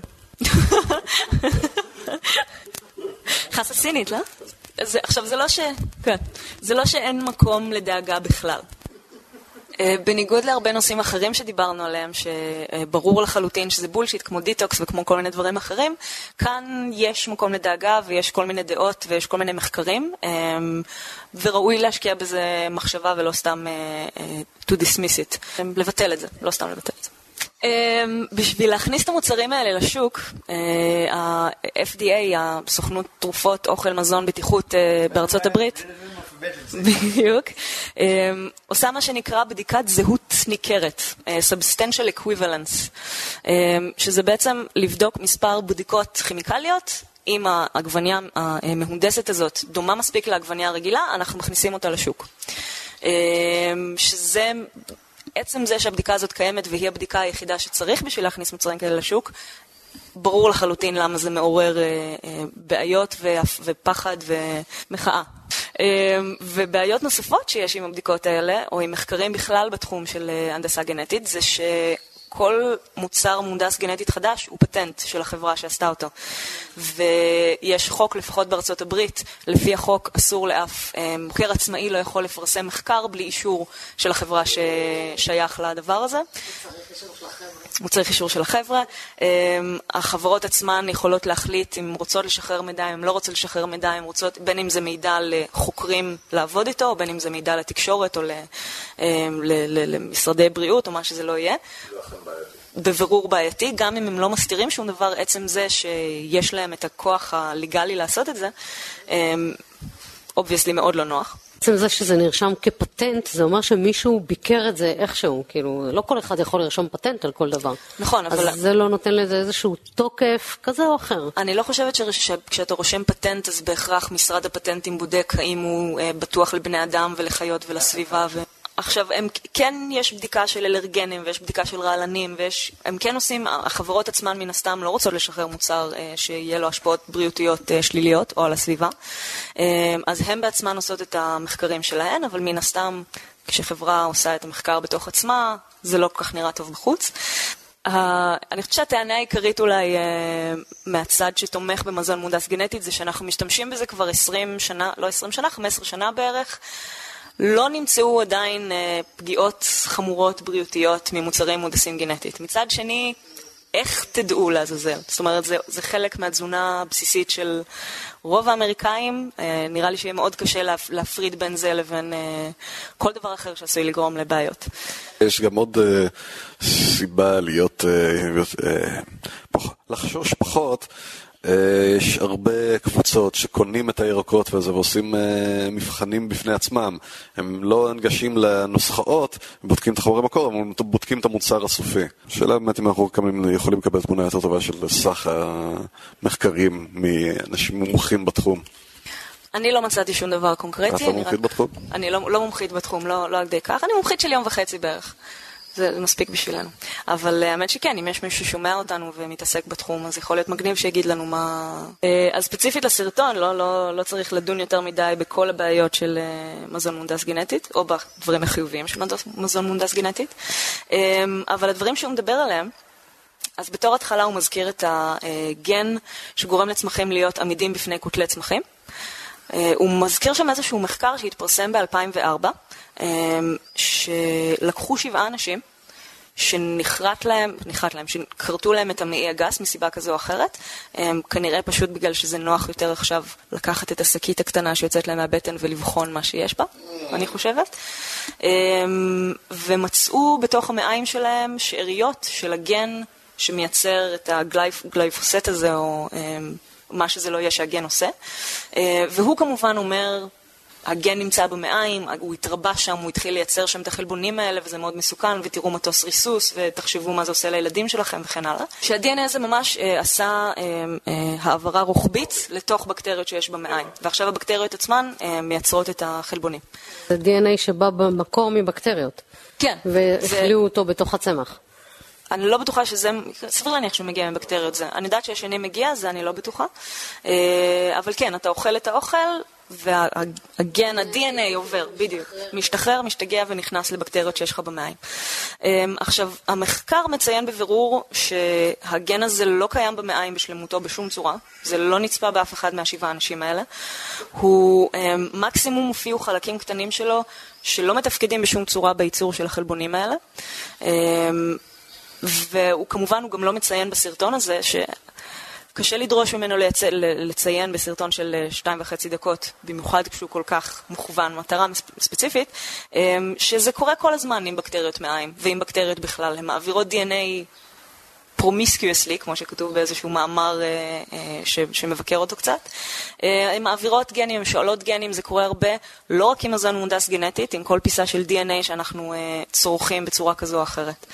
חסה סינית, לא? זה, עכשיו, זה לא ש... כן. זה לא שאין מקום לדאגה בכלל. בניגוד להרבה נושאים אחרים שדיברנו עליהם, שברור לחלוטין שזה בולשיט, כמו דיטוקס וכמו כל מיני דברים אחרים, כאן יש מקום לדאגה ויש כל מיני דעות ויש כל מיני מחקרים, וראוי להשקיע בזה מחשבה ולא סתם to dismiss it, לבטל את זה, לא סתם לבטל את זה. בשביל להכניס את המוצרים האלה לשוק, ה-אף די איי, הסוכנות תרופות, אוכל, מזון, בטיחות בארצות הברית, בדיוק, עושה מה שנקרא בדיקת זהות ניכרת, substantial equivalence, שזה בעצם לבדוק מספר בדיקות כימיקליות, אם העגבניה המהונדסת הזאת דומה מספיק לעגבניה הרגילה, אנחנו מכניסים אותה לשוק. שזה... עצם זה שהבדיקה הזאת קיימת והיא הבדיקה היחידה שצריך בשביל להכניס מוצרים כאלה לשוק, ברור לחלוטין למה זה מעורר בעיות ופחד ומחאה. ובעיות נוספות שיש עם הבדיקות האלה, או עם מחקרים בכלל בתחום של הנדסה גנטית, זה שכל מוצר מונדס גנטית חדש הוא פטנט של החברה שעשתה אותו. ויש חוק, לפחות בארצות הברית, לפי החוק אסור לאף חוקר עצמאי לא יכול לפרסם מחקר בלי אישור של החברה ששייך לדבר הזה. הוא צריך אישור של החברה. החברות עצמן יכולות להחליט אם רוצות לשחרר מידע, אם לא רוצות לשחרר מידע, אם רוצות, בין אם זה מידע לחוקרים לעבוד איתו, או בין אם זה מידע לתקשורת, או למשרדי בריאות, או מה שזה לא יהיה. בבירור בעייתי, גם אם הם לא מסתירים שום דבר, עצם זה שיש להם את הכוח הליגלי לעשות את זה, obviously מאוד לא נוח. בעצם זה שזה נרשם כפטנט, זה אומר שמישהו ביקר את זה איכשהו, כאילו, לא כל אחד יכול לרשום פטנט על כל דבר. נכון, אבל... אז זה לא נותן לזה איזשהו תוקף כזה או אחר. אני לא חושבת שכשאתה רושם פטנט, אז בהכרח משרד הפטנטים בודק האם הוא בטוח לבני אדם ולחיות ולסביבה ו... עכשיו, הם, כן יש בדיקה של אלרגנים ויש בדיקה של רעלנים, ויש, הם כן עושים, החברות עצמן מן הסתם לא רוצות לשחרר מוצר אה, שיהיה לו השפעות בריאותיות אה, שליליות או על הסביבה. אה, אז הם בעצמן עושות את המחקרים שלהן, אבל מן הסתם כשחברה עושה את המחקר בתוך עצמה, זה לא כל כך נראה טוב בחוץ. אה, אני חושבת שהטענה העיקרית אולי אה, מהצד שתומך במזון מונדס גנטית, זה שאנחנו משתמשים בזה כבר עשרים שנה, לא עשרים שנה, חמש עשרה שנה בערך, לא נמצאו עדיין פגיעות חמורות בריאותיות ממוצרים מונדסים גנטית. מצד שני, איך תדעו לעזאזל? זאת אומרת, זה, זה חלק מהתזונה הבסיסית של רוב האמריקאים. אה, נראה לי שיהיה מאוד קשה להפ, להפריד בין זה לבין אה, כל דבר אחר שעשוי לגרום לבעיות. יש גם עוד אה, סיבה להיות, אה, אה, פח, לחשוש פחות. יש הרבה קבוצות שקונים את הירקות וזה ועושים מבחנים בפני עצמם. הם לא הנגשים לנוסחאות, הם בודקים את החומרי מקור, הם בודקים את המוצר הסופי. שאלה באמת אם אנחנו יכולים לקבל תמונה יותר טובה של סך המחקרים מאנשים מומחים בתחום. אני לא מצאתי שום דבר קונקרטי. את לא מומחית בתחום? אני לא, לא מומחית בתחום, לא, לא על די כך. אני מומחית של יום וחצי בערך. זה מספיק בשבילנו. אבל האמת שכן, אם יש מישהו ששומע אותנו ומתעסק בתחום, אז יכול להיות מגניב שיגיד לנו מה... אז ספציפית לסרטון, לא, לא, לא צריך לדון יותר מדי בכל הבעיות של מזון מונדס גנטית, או בדברים החיוביים של מזון מונדס גנטית. אבל הדברים שהוא מדבר עליהם, אז בתור התחלה הוא מזכיר את הגן שגורם לצמחים להיות עמידים בפני כותלי צמחים. הוא מזכיר שם איזשהו מחקר שהתפרסם ב-אלפיים וארבע, שלקחו שבעה אנשים שנחרט להם, נחרט להם, שקרטו להם את המעי הגס מסיבה כזו או אחרת, כנראה פשוט בגלל שזה נוח יותר עכשיו לקחת את השקית הקטנה שיוצאת להם מהבטן ולבחון מה שיש בה, אני חושבת. ומצאו בתוך המעיים שלהם שאריות של הגן שמייצר את הגלייפוסט הזה, או מה שזה לא יהיה שהגן עושה. והוא כמובן אומר, הגן נמצא במעיים, הוא התרבה שם, הוא התחיל לייצר שם את החלבונים האלה, וזה מאוד מסוכן, ותראו מטוס ריסוס, ותחשבו מה זה עושה לילדים שלכם וכן הלאה. שה-די אן איי הזה ממש אה, עשה אה, אה, העברה רוחבית לתוך בקטריות שיש במעיים, ועכשיו הבקטריות עצמן אה, מייצרות את החלבונים. זה די אן איי שבא במקור מבקטריות. כן. והחליאו אותו בתוך הצמח. אני לא בטוחה שזה, סביר להניח שהוא מגיע מבקטריות זה. אני יודעת שהשני מגיע, זה אני לא בטוחה. אבל כן, אתה אוכל את האוכל, והגן, ה-די אן איי עובר, בדיוק. משתחרר, משתגע ונכנס לבקטריות שיש לך במים. עכשיו, המחקר מציין בבירור שהגן הזה לא קיים במעיים בשלמותו בשום צורה. זה לא נצפה באף אחד מהשבעה האנשים האלה. הוא מקסימום הופיעו חלקים קטנים שלו, שלא מתפקדים בשום צורה בייצור של החלבונים האלה. והוא כמובן, הוא גם לא מציין בסרטון הזה, שקשה לדרוש ממנו לצי... לציין בסרטון של שתיים וחצי דקות, במיוחד כשהוא כל כך מוכוון מטרה ספציפית, שזה קורה כל הזמן עם בקטריות מעיים, ועם בקטריות בכלל. הן מעבירות די אן איי promiscuously, כמו שכתוב באיזשהו מאמר ש... שמבקר אותו קצת. הן מעבירות גנים, הן שואלות גנים, זה קורה הרבה, לא רק עם מזון מונדס גנטית, עם כל פיסה של די אן איי שאנחנו צורכים בצורה כזו או אחרת.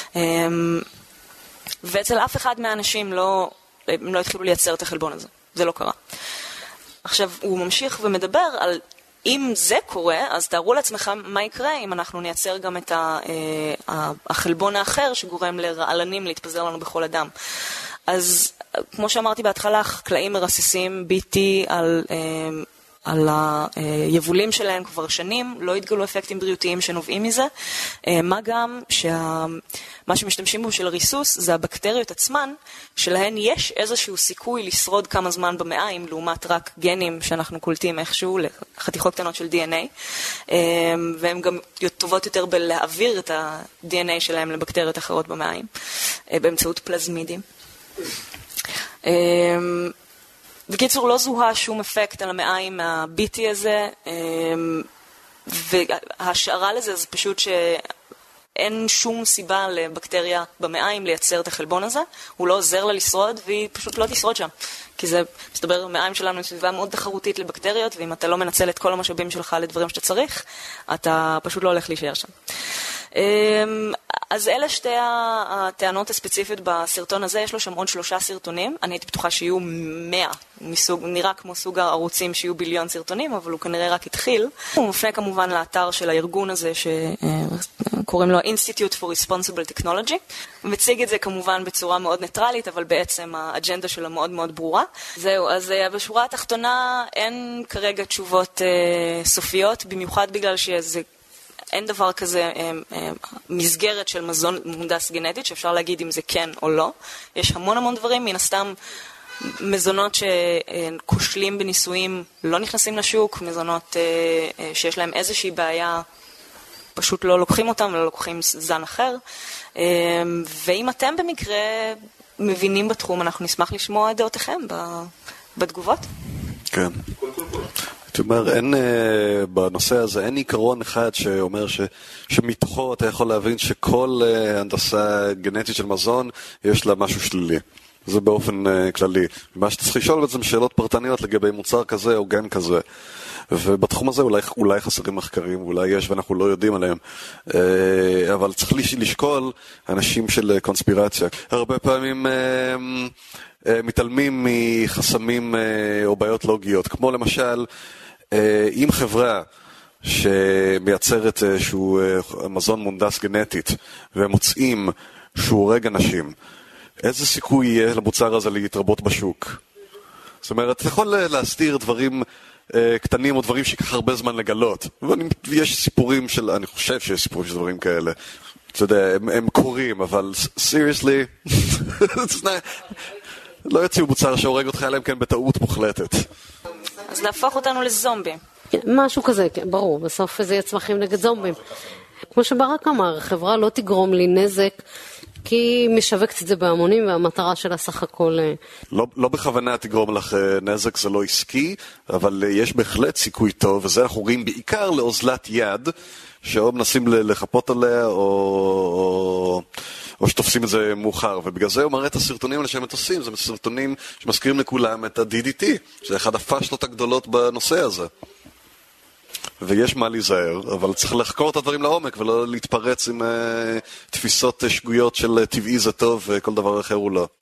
ואצל אף אחד מהאנשים לא, הם לא התחילו לייצר את החלבון הזה. זה לא קרה. עכשיו, הוא ממשיך ומדבר על אם זה קורה, אז תארו לעצמכם מה יקרה אם אנחנו נייצר גם את החלבון האחר שגורם לרעלנים להתפזר לנו בכל אדם. אז כמו שאמרתי בהתחלה, חקלאים מרססים בי טי על, על היבולים שלהם כבר שנים, לא התגלו אפקטים בריאותיים שנובעים מזה. מה גם שמה שמשתמשים בו של ריסוס זה הבקטריות עצמן, שלהן יש איזשהו סיכוי לשרוד כמה זמן במעיים, לעומת רק גנים שאנחנו קולטים איכשהו לחתיכות קטנות של די אן איי, והן גם טובות יותר בלהעביר את ה-די אן איי שלהם לבקטריות אחרות במעיים, באמצעות פלזמידים. בקיצור, לא זוהה שום אפקט על המעיים מה-בי טי הזה, וההשערה לזה זה פשוט שאין שום סיבה לבקטריה במעיים לייצר את החלבון הזה, הוא לא עוזר לה לשרוד והיא פשוט לא תשרוד שם, כי זה, מסתבר, המעיים שלנו היא סביבה מאוד תחרותית לבקטריות, ואם אתה לא מנצל את כל המשאבים שלך לדברים שאתה צריך, אתה פשוט לא הולך להישאר שם. אז אלה שתי הטענות הספציפיות בסרטון הזה, יש לו שם עוד שלושה סרטונים, אני הייתי בטוחה שיהיו מאה, מסוג, נראה כמו סוג הערוצים שיהיו ביליון סרטונים, אבל הוא כנראה רק התחיל. הוא מפנה כמובן לאתר של הארגון הזה שקוראים לו Institute for Responsible Technology, מציג את זה כמובן בצורה מאוד ניטרלית, אבל בעצם האג'נדה שלו מאוד מאוד ברורה. זהו, אז בשורה התחתונה אין כרגע תשובות סופיות, במיוחד בגלל שזה אין דבר כזה מסגרת של מזון מונדס גנטית, שאפשר להגיד אם זה כן או לא. יש המון המון דברים, מן הסתם מזונות שכושלים בניסויים לא נכנסים לשוק, מזונות שיש להם איזושהי בעיה פשוט לא לוקחים אותם ולא לוקחים זן אחר. ואם אתם במקרה מבינים בתחום, אנחנו נשמח לשמוע את דעותיכם בתגובות. כן. זאת אומרת, אין, בנושא הזה אין עיקרון אחד שאומר ש, שמתוכו אתה יכול להבין שכל הנדסה גנטית של מזון יש לה משהו שלילי. זה באופן כללי. מה שאתה צריך לשאול בעצם שאלות פרטניות לגבי מוצר כזה או גן כזה. ובתחום הזה אולי, אולי חסרים מחקרים, אולי יש ואנחנו לא יודעים עליהם. אבל צריך לשקול אנשים של קונספירציה. הרבה פעמים מתעלמים מחסמים או בעיות לוגיות, כמו למשל, אם חברה שמייצרת שהוא מזון מונדס גנטית והם מוצאים שהוא הורג אנשים, איזה סיכוי יהיה למוצר הזה להתרבות בשוק? זאת אומרת, אתה יכול להסתיר דברים קטנים או דברים שיקח הרבה זמן לגלות, ויש סיפורים של, אני חושב שיש סיפורים של דברים כאלה, אתה יודע, הם, הם קורים, אבל seriously, לא יוציאו מוצר שהורג אותך אלא אם כן בטעות מוחלטת. אז להפוך אותנו לזומבים. משהו כזה, ברור, בסוף זה יצמחים נגד זומבים. כמו שברק אמר, חברה לא תגרום לי נזק, כי היא משווקת את זה בהמונים, והמטרה שלה סך הכל... לא, לא בכוונה תגרום לך נזק, זה לא עסקי, אבל יש בהחלט סיכוי טוב, וזה אנחנו רואים בעיקר לאוזלת יד, שאו מנסים לחפות עליה, או, או, או שתופסים את זה מאוחר, ובגלל זה הוא מראה את הסרטונים האלה שהם עושים, זה סרטונים שמזכירים לכולם את ה-די די טי, שזה אחד הפשלות הגדולות בנושא הזה. ויש מה להיזהר, אבל צריך לחקור את הדברים לעומק, ולא להתפרץ עם uh, תפיסות שגויות של טבעי זה טוב, וכל דבר אחר הוא לא.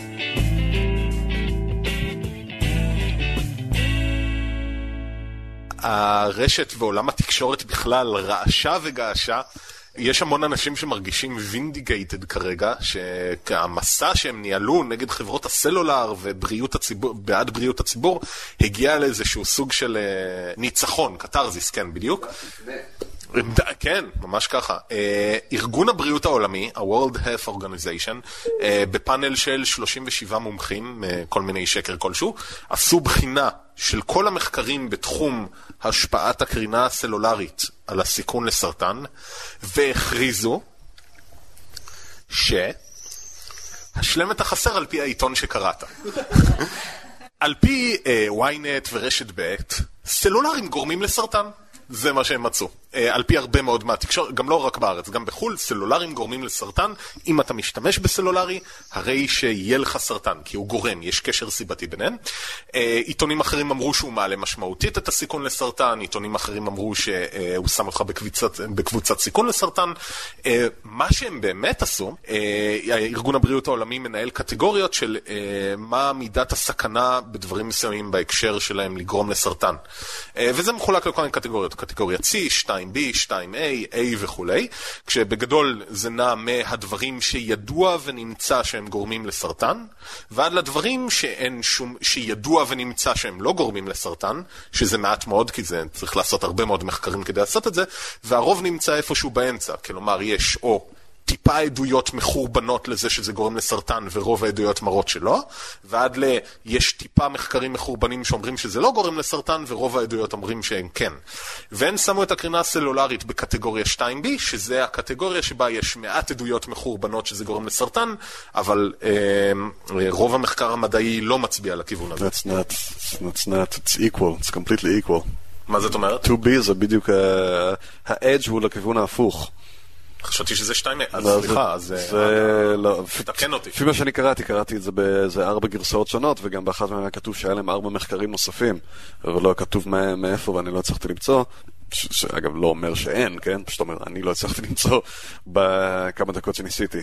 הרשת ועולם התקשורת בכלל רעשה וגעשה. יש המון אנשים שמרגישים וינדיגייטד כרגע, שהמסע שהם ניהלו נגד חברות הסלולר ובריאות הציבור, בעד בריאות הציבור, הגיע לאיזשהו סוג של ניצחון, קטרזיס, כן, בדיוק. כן, ממש ככה. ארגון הבריאות העולמי, ה-World Health Organization, בפאנל של שלושים ושבעה מומחים, כל מיני שקר כלשהו, עשו בחינה של כל המחקרים בתחום השפעת הקרינה הסלולרית על הסיכון לסרטן, והכריזו שהשלם את החסר על פי העיתון שקראת. על פי וויינט ורשת ב', סלולרים גורמים לסרטן. זה מה שהם מצאו. על פי הרבה מאוד מהתקשורת, גם לא רק בארץ, גם בחול, סלולרים גורמים לסרטן. אם אתה משתמש בסלולרי, הרי שיהיה לך סרטן, כי הוא גורם, יש קשר סיבתי ביניהם. עיתונים אחרים אמרו שהוא מעלה משמעותית את הסיכון לסרטן, עיתונים אחרים אמרו שהוא שם אותך בקבוצת, בקבוצת סיכון לסרטן. מה שהם באמת עשו, ארגון הבריאות העולמי מנהל קטגוריות של מה מידת הסכנה בדברים מסוימים בהקשר שלהם לגרום לסרטן. וזה מחולק לכל מיני קטגוריות. קטגוריה C, שתיים בי, שתיים איי, A וכולי, כשבגדול זה נע מהדברים שידוע ונמצא שהם גורמים לסרטן, ועד לדברים שאין שום, שידוע ונמצא שהם לא גורמים לסרטן, שזה מעט מאוד, כי זה צריך לעשות הרבה מאוד מחקרים כדי לעשות את זה, והרוב נמצא איפשהו באמצע, כלומר יש או טיפה עדויות מחורבנות לזה שזה גורם לסרטן, ורוב העדויות מראות שלא, ועד ל... יש טיפה מחקרים מחורבנים שאומרים שזה לא גורם לסרטן, ורוב העדויות אומרים שהם כן. והם שמו את הקרינה הסלולרית בקטגוריה שתיים בי, שזה הקטגוריה שבה יש מעט עדויות מחורבנות שזה גורם לסרטן, אבל אה, רוב המחקר המדעי לא מצביע לכיוון הזה. That's not, that's not, it's equal, it's completely equal. מה זאת אומרת? טו בי זה בדיוק, ה-edge הוא לכיוון ההפוך. חשבתי שזה שתיים, אז סליחה, אז לא, תתקן אותי. לפי מה שאני קראתי, קראתי את זה באיזה ארבע גרסאות שונות, וגם באחת מהם כתוב שהיה להם ארבע מחקרים נוספים, אבל לא כתוב מאיפה ואני לא הצלחתי למצוא, שאגב לא אומר שאין, כן? פשוט אומר, אני לא הצלחתי למצוא בכמה דקות שניסיתי.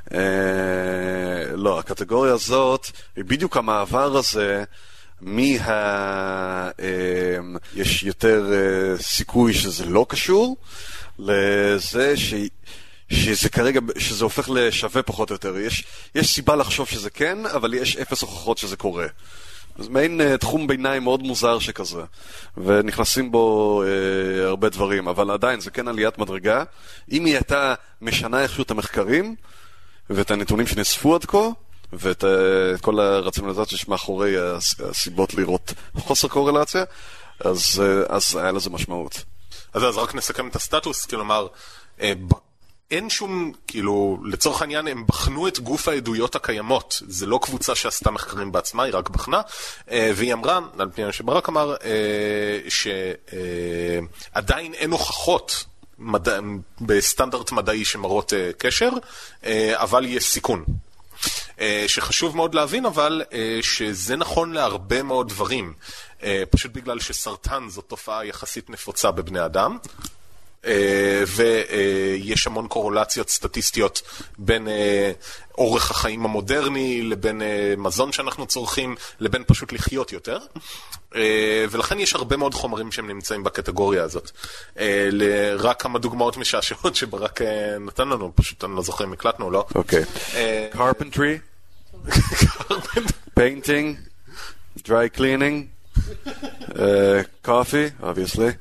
לא, הקטגוריה הזאת, היא בדיוק המעבר הזה, מה... יש יותר סיכוי שזה לא קשור, לזה ש... שזה כרגע, שזה הופך לשווה פחות או יותר. יש, יש סיבה לחשוב שזה כן, אבל יש אפס הוכחות שזה קורה. זה מעין uh, תחום ביניים מאוד מוזר שכזה, ונכנסים בו uh, הרבה דברים, אבל עדיין זה כן עליית מדרגה. אם היא הייתה משנה איכשהו את המחקרים, ואת הנתונים שנאספו עד כה, ואת uh, כל הרציונליזציה שמאחורי הסיבות לראות חוסר קורלציה, אז, uh, אז היה לזה משמעות. אז, אז רק נסכם את הסטטוס, כלומר, אה, ב... אין שום, כאילו, לצורך העניין, הם בחנו את גוף העדויות הקיימות. זה לא קבוצה שעשתה מחקרים בעצמה, היא רק בחנה, והיא אמרה, על פי מה שברק אמר, שעדיין אין הוכחות מדע, בסטנדרט מדעי שמראות קשר, אבל יש סיכון. שחשוב מאוד להבין, אבל שזה נכון להרבה מאוד דברים. פשוט בגלל שסרטן זו תופעה יחסית נפוצה בבני אדם, ויש המון קורולציות סטטיסטיות בין אורך החיים המודרני לבין מזון שאנחנו צורכים לבין פשוט לחיות יותר, ולכן יש הרבה מאוד חומרים שהם נמצאים בקטגוריה הזאת. רק כמה דוגמאות משעשעות שברק נתן לנו, פשוט אני לא זוכר אם הקלטנו, לא? אוקיי. Carpentry, painting, dry cleaning, coffee, obviously.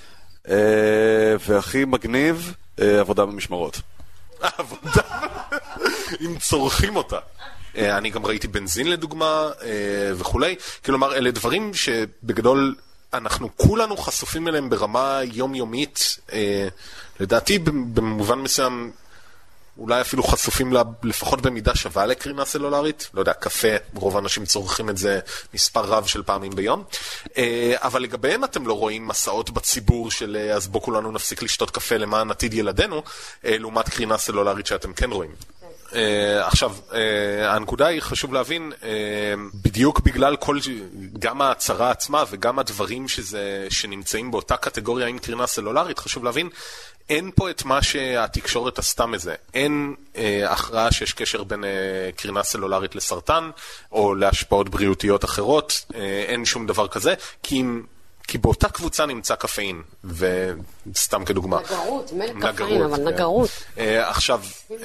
והכי מגניב, עבודה במשמרות. עבודה, אם צורכים אותה. אני גם ראיתי בנזין לדוגמה וכולי. כלומר, אלה דברים שבגדול אנחנו כולנו חשופים אליהם ברמה יומיומית. לדעתי, במובן מסוים, אולי אפילו חשופים לה, לפחות במידה שווה לקרינה סלולרית. לא יודע, קפה, רוב האנשים צורכים את זה מספר רב של פעמים ביום. אבל לגביהם אתם לא רואים מסעות בציבור של אז בוא כולנו נפסיק לשתות קפה למען עתיד ילדינו, לעומת קרינה סלולרית שאתם כן רואים. Uh, עכשיו, uh, הנקודה היא, חשוב להבין, uh, בדיוק בגלל כל, גם ההצהרה עצמה וגם הדברים שזה, שנמצאים באותה קטגוריה עם קרינה סלולרית, חשוב להבין, אין פה את מה שהתקשורת עשתה מזה. אין uh, הכרעה שיש קשר בין uh, קרינה סלולרית לסרטן, או להשפעות בריאותיות אחרות, uh, אין שום דבר כזה, כי אם... כי באותה קבוצה נמצא קפאין, וסתם כדוגמה. נגרות, מלא קפאין, אבל נגרות. עכשיו,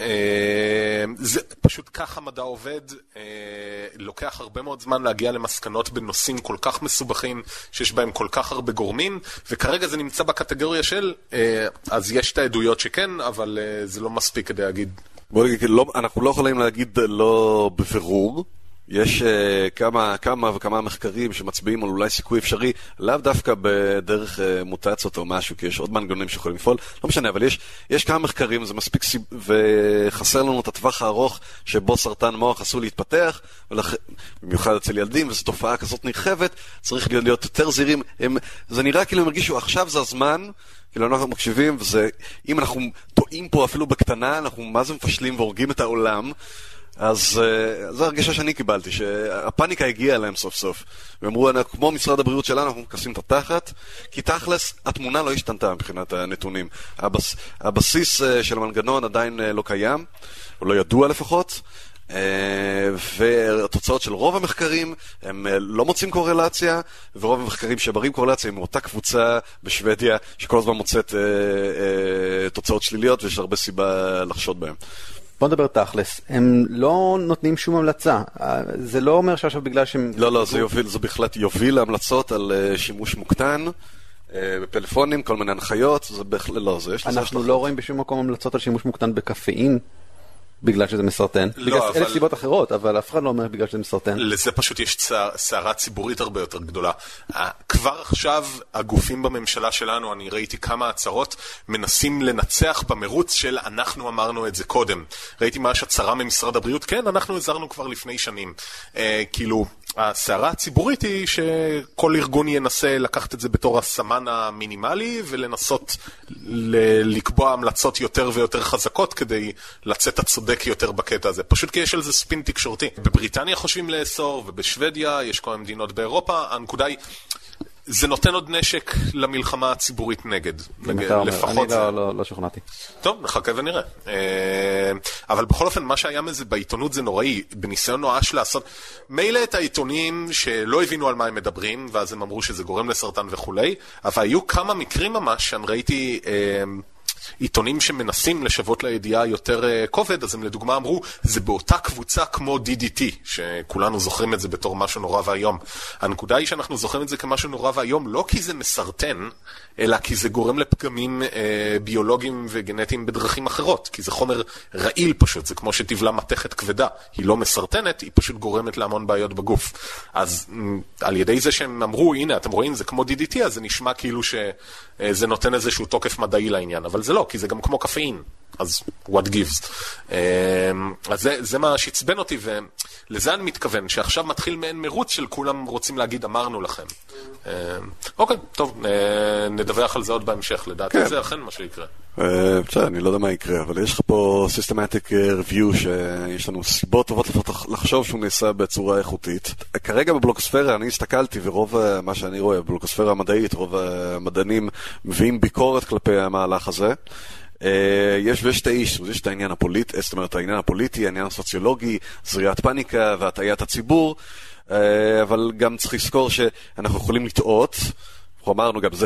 זה פשוט ככה מדע עובד, לוקח הרבה מאוד זמן להגיע למסקנות בנושאים כל כך מסובכים, שיש בהם כל כך הרבה גורמים, וכרגע זה נמצא בקטגוריה של, אז יש את העדויות שכן, אבל זה לא מספיק כדי להגיד. בוא נגיד, אנחנו לא יכולים להגיד לא בבירור, יש uh, כמה, כמה וכמה מחקרים שמצביעים על אולי סיכוי אפשרי, לאו דווקא בדרך uh, מוטציות או משהו, כי יש עוד מנגנונים שיכולים לפעול, לא משנה, אבל יש, יש כמה מחקרים, זה מספיק סיב... וחסר לנו את הטווח הארוך שבו סרטן מוח עשוי להתפתח, ולכ... במיוחד אצל ילדים, וזו תופעה כזאת נרחבת, צריך להיות, להיות יותר זהירים. הם... זה נראה כאילו הם הרגישו, עכשיו זה הזמן, כאילו אנחנו מקשיבים, וזה, אם אנחנו טועים פה אפילו בקטנה, אנחנו מה זה מפשלים והורגים את העולם, אז זו הרגשה שאני קיבלתי, שהפאניקה הגיעה אליהם סוף סוף. ואמרו, כמו משרד הבריאות שלנו, אנחנו מכסים את התחת, כי תכלס, התמונה לא השתנתה מבחינת הנתונים. הבס, הבסיס של המנגנון עדיין לא קיים, או לא ידוע לפחות, והתוצאות של רוב המחקרים הם לא מוצאים קורלציה, ורוב המחקרים שמראים קורלציה הם מאותה קבוצה בשוודיה שכל הזמן מוצאת תוצאות שליליות, ויש הרבה סיבה לחשוד בהם. בוא נדבר תכלס, הם לא נותנים שום המלצה, זה לא אומר שעכשיו בגלל שהם... לא, לא, זה יוביל, זה בכלל יוביל להמלצות על שימוש מוקטן, בפלאפונים, כל מיני הנחיות, זה בכלל, לא, זה יש... אנחנו לא רואים בשום מקום המלצות על שימוש מוקטן בקפאין, בגלל שזה מסרטן. לא, בגלל אבל... אלף סיבות אחרות, אבל אף אחד לא אומר בגלל שזה מסרטן. לזה פשוט יש סערה ציבורית הרבה יותר גדולה. כבר עכשיו הגופים בממשלה שלנו, אני ראיתי כמה הצהרות, מנסים לנצח במרוץ של אנחנו אמרנו את זה קודם. ראיתי ממש הצהרה ממשרד הבריאות, כן, אנחנו הזהרנו כבר לפני שנים. אה, כאילו, הסערה הציבורית היא שכל ארגון ינסה לקחת את זה בתור הסמן המינימלי, ולנסות ל- לקבוע המלצות יותר ויותר חזקות כדי לצאת הצודק יותר בקטע הזה. פשוט כי יש על זה ספין תקשורתי. בבריטניה חושבים לאסור, ובשוודיה, יש כל המדינות באירופה. הנקודה היא, זה נותן עוד נשק למלחמה הציבורית נגד. לפחות אני לא, לא, לא שוכנעתי. טוב, נחכה ונראה. אבל בכל אופן, מה שהיה מזה בעיתונות זה נוראי. בניסיון נואש לעשות, מילא את העיתונים שלא הבינו על מה הם מדברים, ואז הם אמרו שזה גורם לסרטן וכולי, אבל היו כמה מקרים ממש שאני ראיתי... עיתונים שמנסים לשוות לידיעה יותר כובד, אז הם לדוגמה אמרו, זה באותה קבוצה כמו די די טי, שכולנו זוכרים את זה בתור משהו נורא והיום. הנקודה היא שאנחנו זוכרים את זה כמשהו נורא והיום, לא כי זה מסרטן, אלא כי זה גורם לפגמים אה, ביולוגיים וגנטיים בדרכים אחרות, כי זה חומר רעיל פשוט, זה כמו שתבלה מתכת כבדה, היא לא מסרטנת, היא פשוט גורמת להמון בעיות בגוף. אז על ידי זה שהם אמרו, הנה, אתם רואים, זה כמו די די טי, אז זה נשמע כאילו שזה נותן איזשהו תוקף מדעי לעניין, אבל זה לא, כי זה גם כמו קפאין. אז what gives. אז זה, זה מה שעצבן אותי, ולזה אני מתכוון, שעכשיו מתחיל מעין מרוץ של כולם רוצים להגיד, אמרנו לכם. אוקיי, טוב, נדווח על זה עוד בהמשך, לדעתי זה אכן מה שיקרה. בסדר, אני לא יודע מה יקרה, אבל יש לך פה systematic review שיש לנו סיבות טובות לחשוב שהוא נעשה בצורה איכותית. כרגע בבלוגוספירה אני הסתכלתי, ורוב מה שאני רואה בבלוגוספירה המדעית, רוב המדענים מביאים ביקורת כלפי המהלך הזה. יש ויש את האיש, יש את העניין הפוליטי, זאת אומרת העניין הפוליטי, העניין הסוציולוגי, זריעת פאניקה והטעיית הציבור, אבל גם צריך לזכור שאנחנו יכולים לטעות, אנחנו אמרנו גם זה,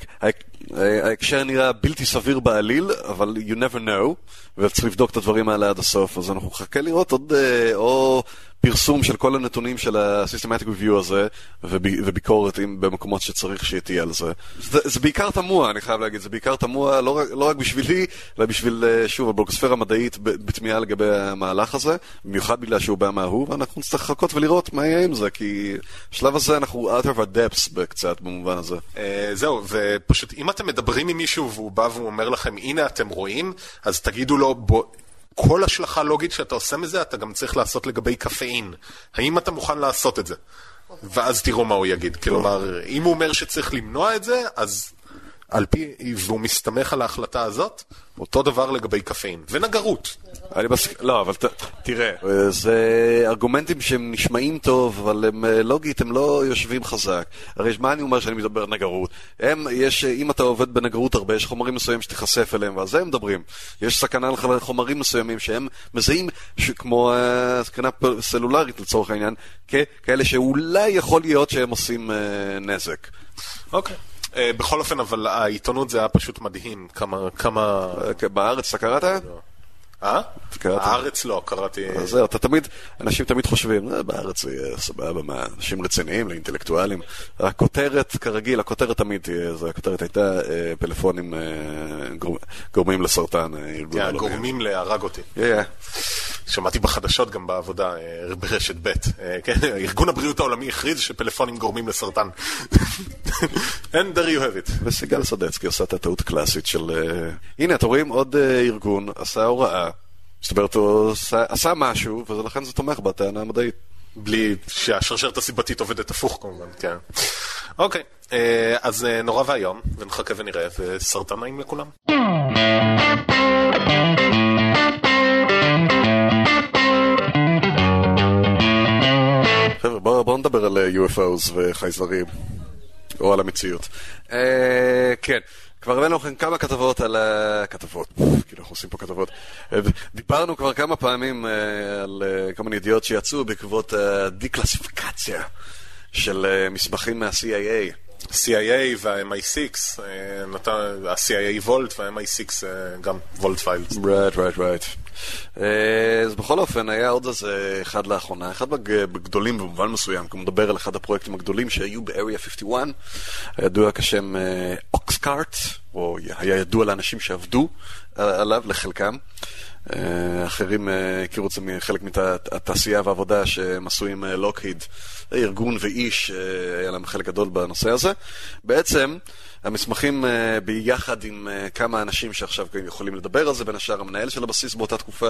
ההקשר נראה בלתי סביר בעליל, אבל you never know, וצריך לבדוק את הדברים האלה עד הסוף, אז אנחנו חכה לראות עוד או פרסום של כל הנתונים של ה-systematic review הזה, וביקורת במקומות שצריך שתהיה על זה. זה, זה בעיקר תמוה, אני חייב להגיד, זה בעיקר תמוה, לא, לא רק בשבילי, אלא בשביל, שוב, הבלוגוספירה המדעית בתמיהה לגבי המהלך הזה, במיוחד בגלל שהוא בא מההוא, ואנחנו נצטרך לחכות ולראות מה יהיה עם זה, כי בשלב הזה אנחנו out of our depths בקצת, במובן הזה. זהו, ופשוט, אם אתם מדברים עם מישהו והוא בא והוא אומר לכם, הנה אתם רואים, אז תגידו לו, בוא... כל השלכה לוגית שאתה עושה מזה, אתה גם צריך לעשות לגבי קפאין. האם אתה מוכן לעשות את זה? ואז תראו מה הוא יגיד. כלומר, אם הוא אומר שצריך למנוע את זה, אז על פי, והוא מסתמך על ההחלטה הזאת, אותו דבר לגבי קפאין. ונגרות. אני מסכים, לא, אבל תראה, זה ארגומנטים שהם נשמעים טוב, אבל הם לוגית, הם לא יושבים חזק. הרי מה אני אומר שאני מדבר נגרות? הם, יש, אם אתה עובד בנגרות הרבה, יש חומרים מסוימים שתיחשף אליהם, ועל זה הם מדברים. יש סכנה לחומרים מסוימים שהם מזהים, כמו סכנה סלולרית לצורך העניין, כאלה שאולי יכול להיות שהם עושים נזק. אוקיי. בכל אופן, אבל העיתונות זה היה פשוט מדהים. כמה, כמה... בארץ אתה קראת? אה? בארץ לא, קראתי... זהו, אתה תמיד, אנשים תמיד חושבים, בארץ זה יהיה סבבה, מה, אנשים רציניים, לאינטלקטואלים. הכותרת, כרגיל, הכותרת תמיד תהיה, הכותרת הייתה פלאפונים גורמים לסרטן. גורמים להרג אותי. שמעתי בחדשות גם בעבודה ברשת ב', ארגון הבריאות העולמי הכריז שפלאפונים גורמים לסרטן. And there you have it. וסיגל סדצקי עושה את הטעות קלאסית של... הנה, אתם רואים עוד ארגון, עשה הוראה, זאת אומרת, הוא עשה משהו, ולכן זה תומך בטענה המדעית. בלי שהשרשרת הסיבתית עובדת הפוך כמובן, כן. אוקיי, אז נורא והיום, ונחכה ונראה, וסרטן נעים לכולם. חבר'ה, בואו בוא נדבר על יו אף או'ס וחייזרים, או על המציאות. כן, כבר הבאנו לכם כמה כתבות על הכתבות, כאילו אנחנו עושים פה כתבות. דיברנו כבר כמה פעמים על כמה ידיעות שיצאו בעקבות הדיקלסיפיקציה של מסמכים מה-סי איי איי. סי איי איי וה-אם איי סיקס, ה-סי איי איי וולט וה-אם איי סיקס גם וולט פיילס. Right, right, right. אז בכל אופן היה עוד איזה אחד לאחרונה, אחד בגדולים במובן מסוים, כי הוא מדבר על אחד הפרויקטים הגדולים שהיו ב-Area חמישים ואחת, ידוע כשם אוקסקארט, או היה ידוע לאנשים שעבדו עליו, לחלקם. אחרים הכירו את זה מחלק מהתעשייה והעבודה שהם עשו עם לוקהיד, ארגון ואיש, היה להם חלק גדול בנושא הזה. בעצם המסמכים ביחד עם כמה אנשים שעכשיו יכולים לדבר על זה, בין השאר המנהל של הבסיס באותה תקופה,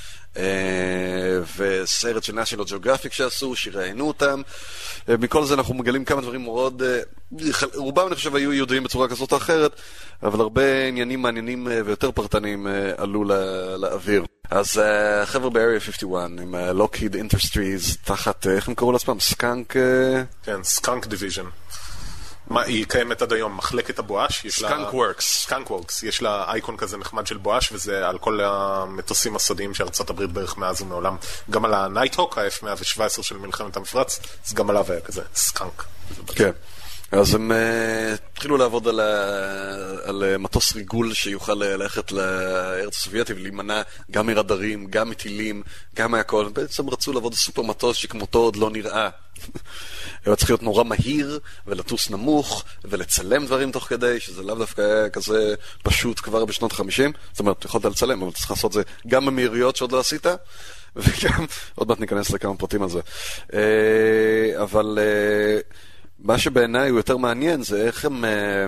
וסרט של National Geographic שעשו, שראיינו אותם. מכל זה אנחנו מגלים כמה דברים מאוד, רובם אני חושב היו ידועים בצורה כזאת או אחרת, אבל הרבה עניינים מעניינים ויותר פרטניים עלו לאוויר. אז החבר'ה ב-Area חמישים ואחת עם Lockheed Industries תחת, איך הם קראו לעצמם? סקאנק? כן, סקאנק דיוויז'ן. מה, היא קיימת עד היום, מחלקת הבואש, סקאנק וורקס. סקאנק וורקס, יש לה אייקון כזה נחמד של בואש, וזה על כל המטוסים הסודיים של ארצות הברית בערך מאז ומעולם. גם על הנייטהוק, ה-אף מאה שבע עשרה של מלחמת המפרץ, אז גם עליו היה כזה, סקאנק. כן. אז הם התחילו לעבוד על, ה... על מטוס ריגול שיוכל ללכת לארץ הסובייטית ולהימנע גם מרדרים, גם מטילים, גם מהכל. בעצם רצו לעבוד על סופר מטוס שכמותו עוד לא נראה. הוא צריך להיות נורא מהיר ולטוס נמוך ולצלם דברים תוך כדי, שזה לאו דווקא היה כזה פשוט כבר בשנות ה-חמישים. זאת אומרת, יכולת לצלם, אבל צריך לעשות את זה גם במהירויות שעוד לא עשית, וגם, עוד מעט ניכנס לכמה פרטים על זה. אבל מה שבעיניי הוא יותר מעניין זה איך הם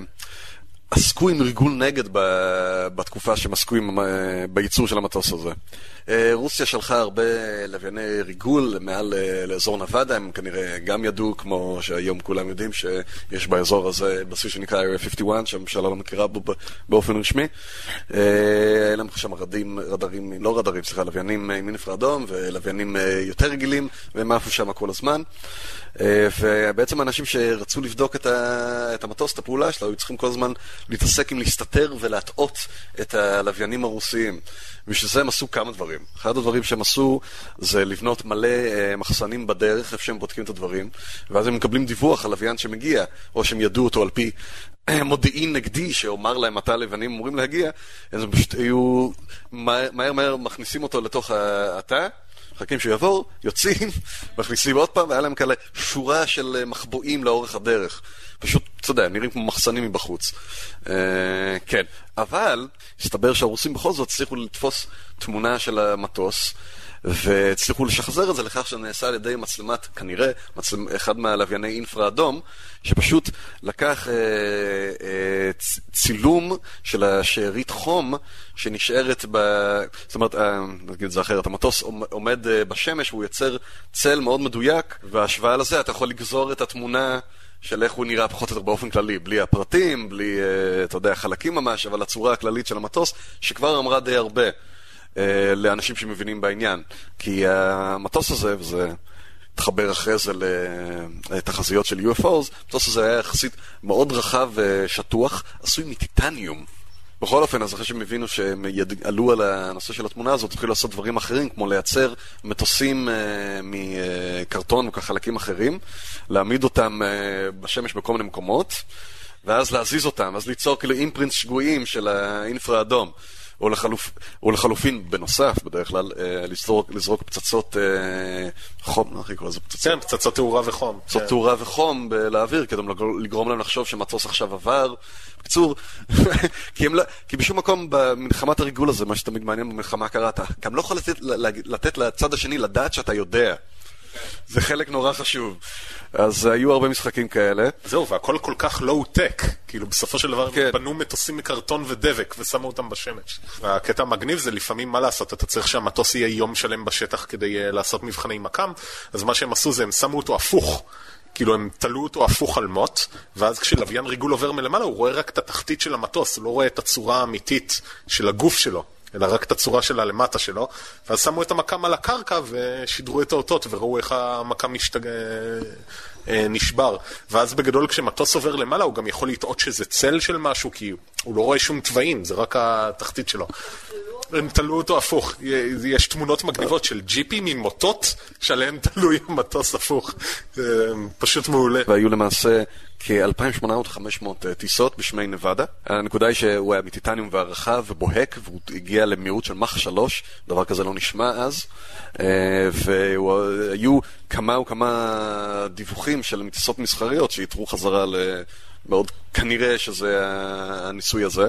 עסקו עם ריגול נגד בתקופה שהם עסקו בייצור של המטוס הזה. רוסיה שלחה הרבה לווייני ריגול מעל לאזור נבדה, הם כנראה גם ידעו, כמו שהיום כולם יודעים, שיש באזור הזה בסיס שנקרא אייר חמישים ואחת, שהממשלה לא מכירה בו באופן רשמי. היה להם שם רדרים, רדרים, לא רדרים, סליחה, לוויינים עם אינפרה אדום ולוויינים יותר רגילים, והם עפו שם כל הזמן. ובעצם האנשים שרצו לבדוק את המטוס, את הפעולה שלו, היו צריכים כל הזמן להתעסק עם להסתתר ולהטעות את הלוויינים הרוסיים. בשביל זה הם עשו כמה דברים. אחד הדברים שהם עשו זה לבנות מלא מחסנים בדרך, איפה שהם בודקים את הדברים, ואז הם מקבלים דיווח על לוויין שמגיע, או שהם ידעו אותו על פי מודיעין נגדי שאומר להם מתי הלוויינים אמורים להגיע, אז הם פשוט היו מהר מהר מכניסים אותו לתוך התא, מחכים שהוא יעבור, יוצאים, מכניסים עוד פעם, והיה להם כאלה שורה של מחבואים לאורך הדרך. פשוט, אתה יודע, נראים כמו מחסנים מבחוץ. כן. אבל, הסתבר שהרוסים בכל זאת הצליחו לתפוס תמונה של המטוס, והצליחו לשחזר את זה לכך שנעשה על ידי מצלמת, כנראה, מצלמ... אחד מהלווייני אינפרה אדום, שפשוט לקח אה, אה, צילום של השארית חום שנשארת ב... זאת אומרת, אה, נגיד את זה אחרת, המטוס עומד אה, בשמש, והוא יוצר צל מאוד מדויק, וההשוואה לזה אתה יכול לגזור את התמונה של איך הוא נראה פחות או יותר באופן כללי, בלי הפרטים, בלי, אה, אתה יודע, חלקים ממש, אבל הצורה הכללית של המטוס, שכבר אמרה די הרבה. לאנשים שמבינים בעניין, כי המטוס הזה, וזה התחבר אחרי זה לתחזיות של יו אף או'ס, המטוס הזה היה יחסית מאוד רחב ושטוח, עשוי מטיטניום. בכל אופן, אז אחרי שהם הבינו שהם עלו על הנושא של התמונה הזאת, התחילו לעשות דברים אחרים, כמו לייצר מטוסים מקרטון וכחלקים אחרים, להעמיד אותם בשמש בכל מיני מקומות, ואז להזיז אותם, אז ליצור כאילו אימפרינטס שגויים של האינפרה אדום. או, לחלופ... או לחלופין, בנוסף, בדרך כלל, אה, לזרוק, לזרוק פצצות אה, חום, איך יקרא לזה פצצות? כן, פצצות תאורה וחום. פצצות כן. תאורה וחום ב- לאוויר, כדי לגרום להם לחשוב שמטוס עכשיו עבר. בקצור, כי, לא... כי בשום מקום במלחמת הריגול הזה, מה שתמיד מעניין במלחמה קרה, אתה גם לא יכול לתת, לתת לצד השני לדעת שאתה יודע. זה חלק נורא חשוב. אז היו הרבה משחקים כאלה. זהו, והכל כל כך לואו-טק. כאילו בסופו של דבר כן. בנו מטוסים מקרטון ודבק ושמו אותם בשמש. והקטע המגניב זה לפעמים מה לעשות, אתה צריך שהמטוס יהיה יום שלם בשטח כדי uh, לעשות מבחני מקם, אז מה שהם עשו זה הם שמו אותו הפוך. כאילו הם תלו אותו הפוך על מוט, ואז כשלוויין ריגול עובר מלמעלה הוא רואה רק את התחתית של המטוס, הוא לא רואה את הצורה האמיתית של הגוף שלו. אלא רק את הצורה שלה למטה שלו, ואז שמו את המקם על הקרקע ושידרו את האותות וראו איך המקם משתג... נשבר. ואז בגדול כשמטוס עובר למעלה הוא גם יכול לטעות שזה צל של משהו, כי הוא לא רואה שום טבעים, זה רק התחתית שלו. הם תלו אותו הפוך. יש תמונות מגניבות של ג'יפים עם מוטות שעליהם תלוי מטוס הפוך. פשוט מעולה. והיו למעשה כ-אלפיים שמונה מאות עד חמש מאות טיסות בשמי נבדה. הנקודה היא שהוא היה מטיטניום והרחב ובוהק, והוא הגיע למהירות של מאך שלוש, דבר כזה לא נשמע אז. והיו כמה וכמה דיווחים של מטיסות מסחריות שיתרו חזרה למאוד, כנראה שזה הניסוי הזה.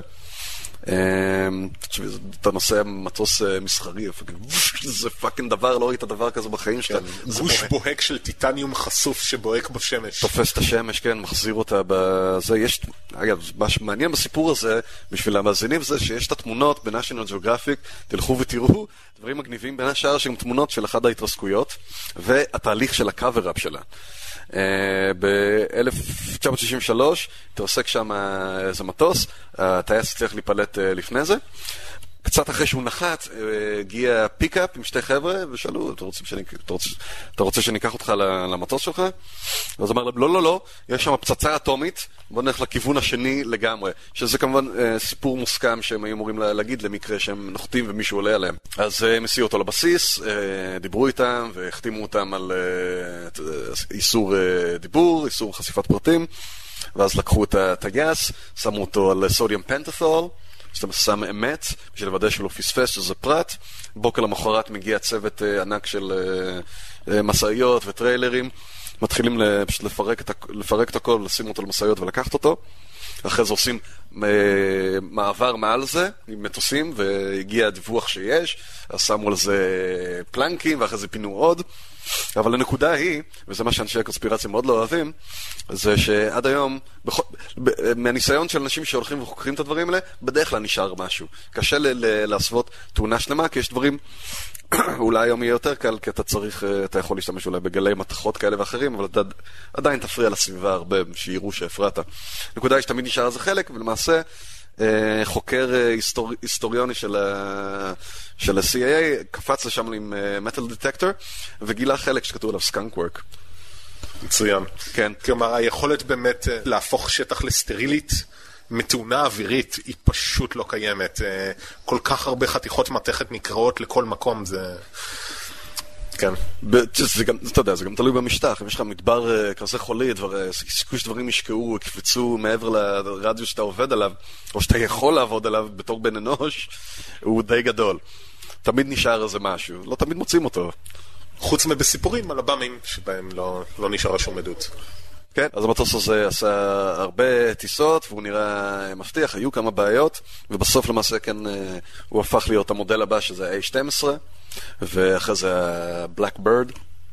אתה נוסע מטוס מסחרי, זה פאקינג דבר, לא ראית דבר כזה בחיים שלך. גוש בוהק של טיטניום חשוף שבוהק בשמש. תופס את השמש, כן, מחזיר אותה בזה. יש, אגב, מה שמעניין בסיפור הזה, בשביל המאזינים, זה שיש את התמונות ב-National Geographic, תלכו ותראו, דברים מגניבים בין השאר שהם תמונות של אחד ההתרסקויות, והתהליך של הקאבר-אפ שלה. ב-אלף תשע מאות שישים ושלוש התרסק שם איזה מטוס, הטייס צריך להיפלט לפני זה. קצת אחרי שהוא נחת, הגיע פיקאפ עם שתי חבר'ה, ושאלו, אתה רוצה שאני, אתה רוצה, אתה רוצה שניקח אותך למטוס שלך? אז אמר להם, לא, לא, לא, יש שם פצצה אטומית, בוא נלך לכיוון השני לגמרי. שזה כמובן סיפור מוסכם שהם היו אמורים להגיד למקרה שהם נוחתים ומישהו עולה עליהם. אז הם הסיעו אותו לבסיס, דיברו איתם והחתימו אותם על איסור דיבור, איסור חשיפת פרטים. ואז לקחו את הטייס, שמו אותו על סודיום פנטתול, שאתה שם אמת, בשביל לוודא שלא פספס שזה פרט. בוקר למחרת מגיע צוות ענק של מסעיות וטריילרים, מתחילים פשוט לפרק את, לפרק את הכל, לשים אותו למסעיות ולקחת אותו. אחרי זה עושים מעבר מעל זה, עם מטוסים, והגיע הדיווח שיש, אז שמו על זה פלנקים, ואחרי זה פינו עוד. אבל הנקודה היא, וזה מה שאנשי הקונספירציה מאוד לא אוהבים, זה שעד היום, בכל, ב, מהניסיון של אנשים שהולכים וחוקרים את הדברים האלה, בדרך כלל נשאר משהו. קשה ל, ל, להסוות תאונה שלמה, כי יש דברים, אולי היום יהיה יותר קל, כי אתה צריך, אתה יכול להשתמש אולי בגלי מתכות כאלה ואחרים, אבל אתה עדיין תפריע לסביבה הרבה, שיראו שהפרעת. הנקודה היא שתמיד נשאר איזה חלק, ולמעשה, חוקר היסטור, היסטוריוני של ה... של ה-סי איי איי קפץ לשם עם מטל דטקטור וגילה חלק שכתוב עליו סקאנק וורק. מצוין. כן. כלומר, היכולת באמת להפוך שטח לסטרילית מתאונה אווירית היא פשוט לא קיימת. כל כך הרבה חתיכות מתכת נקראות לכל מקום, זה... כן. זה גם, אתה יודע, זה גם תלוי במשטח. אם יש לך מדבר כזה חולי, סיכוי שדברים ישקעו, יקפצו מעבר לרדיוס שאתה עובד עליו, או שאתה יכול לעבוד עליו בתור בן אנוש, הוא די גדול. תמיד נשאר איזה משהו. לא תמיד מוצאים אותו. חוץ מבסיפורים על הבאמים, שבהם לא, לא נשארה שום עדות. כן, אז המטוס הזה עשה הרבה טיסות, והוא נראה מבטיח, היו כמה בעיות, ובסוף למעשה כן, הוא הפך להיות המודל הבא, שזה איי שתים עשרה, ואחרי זה ה-Blackbird,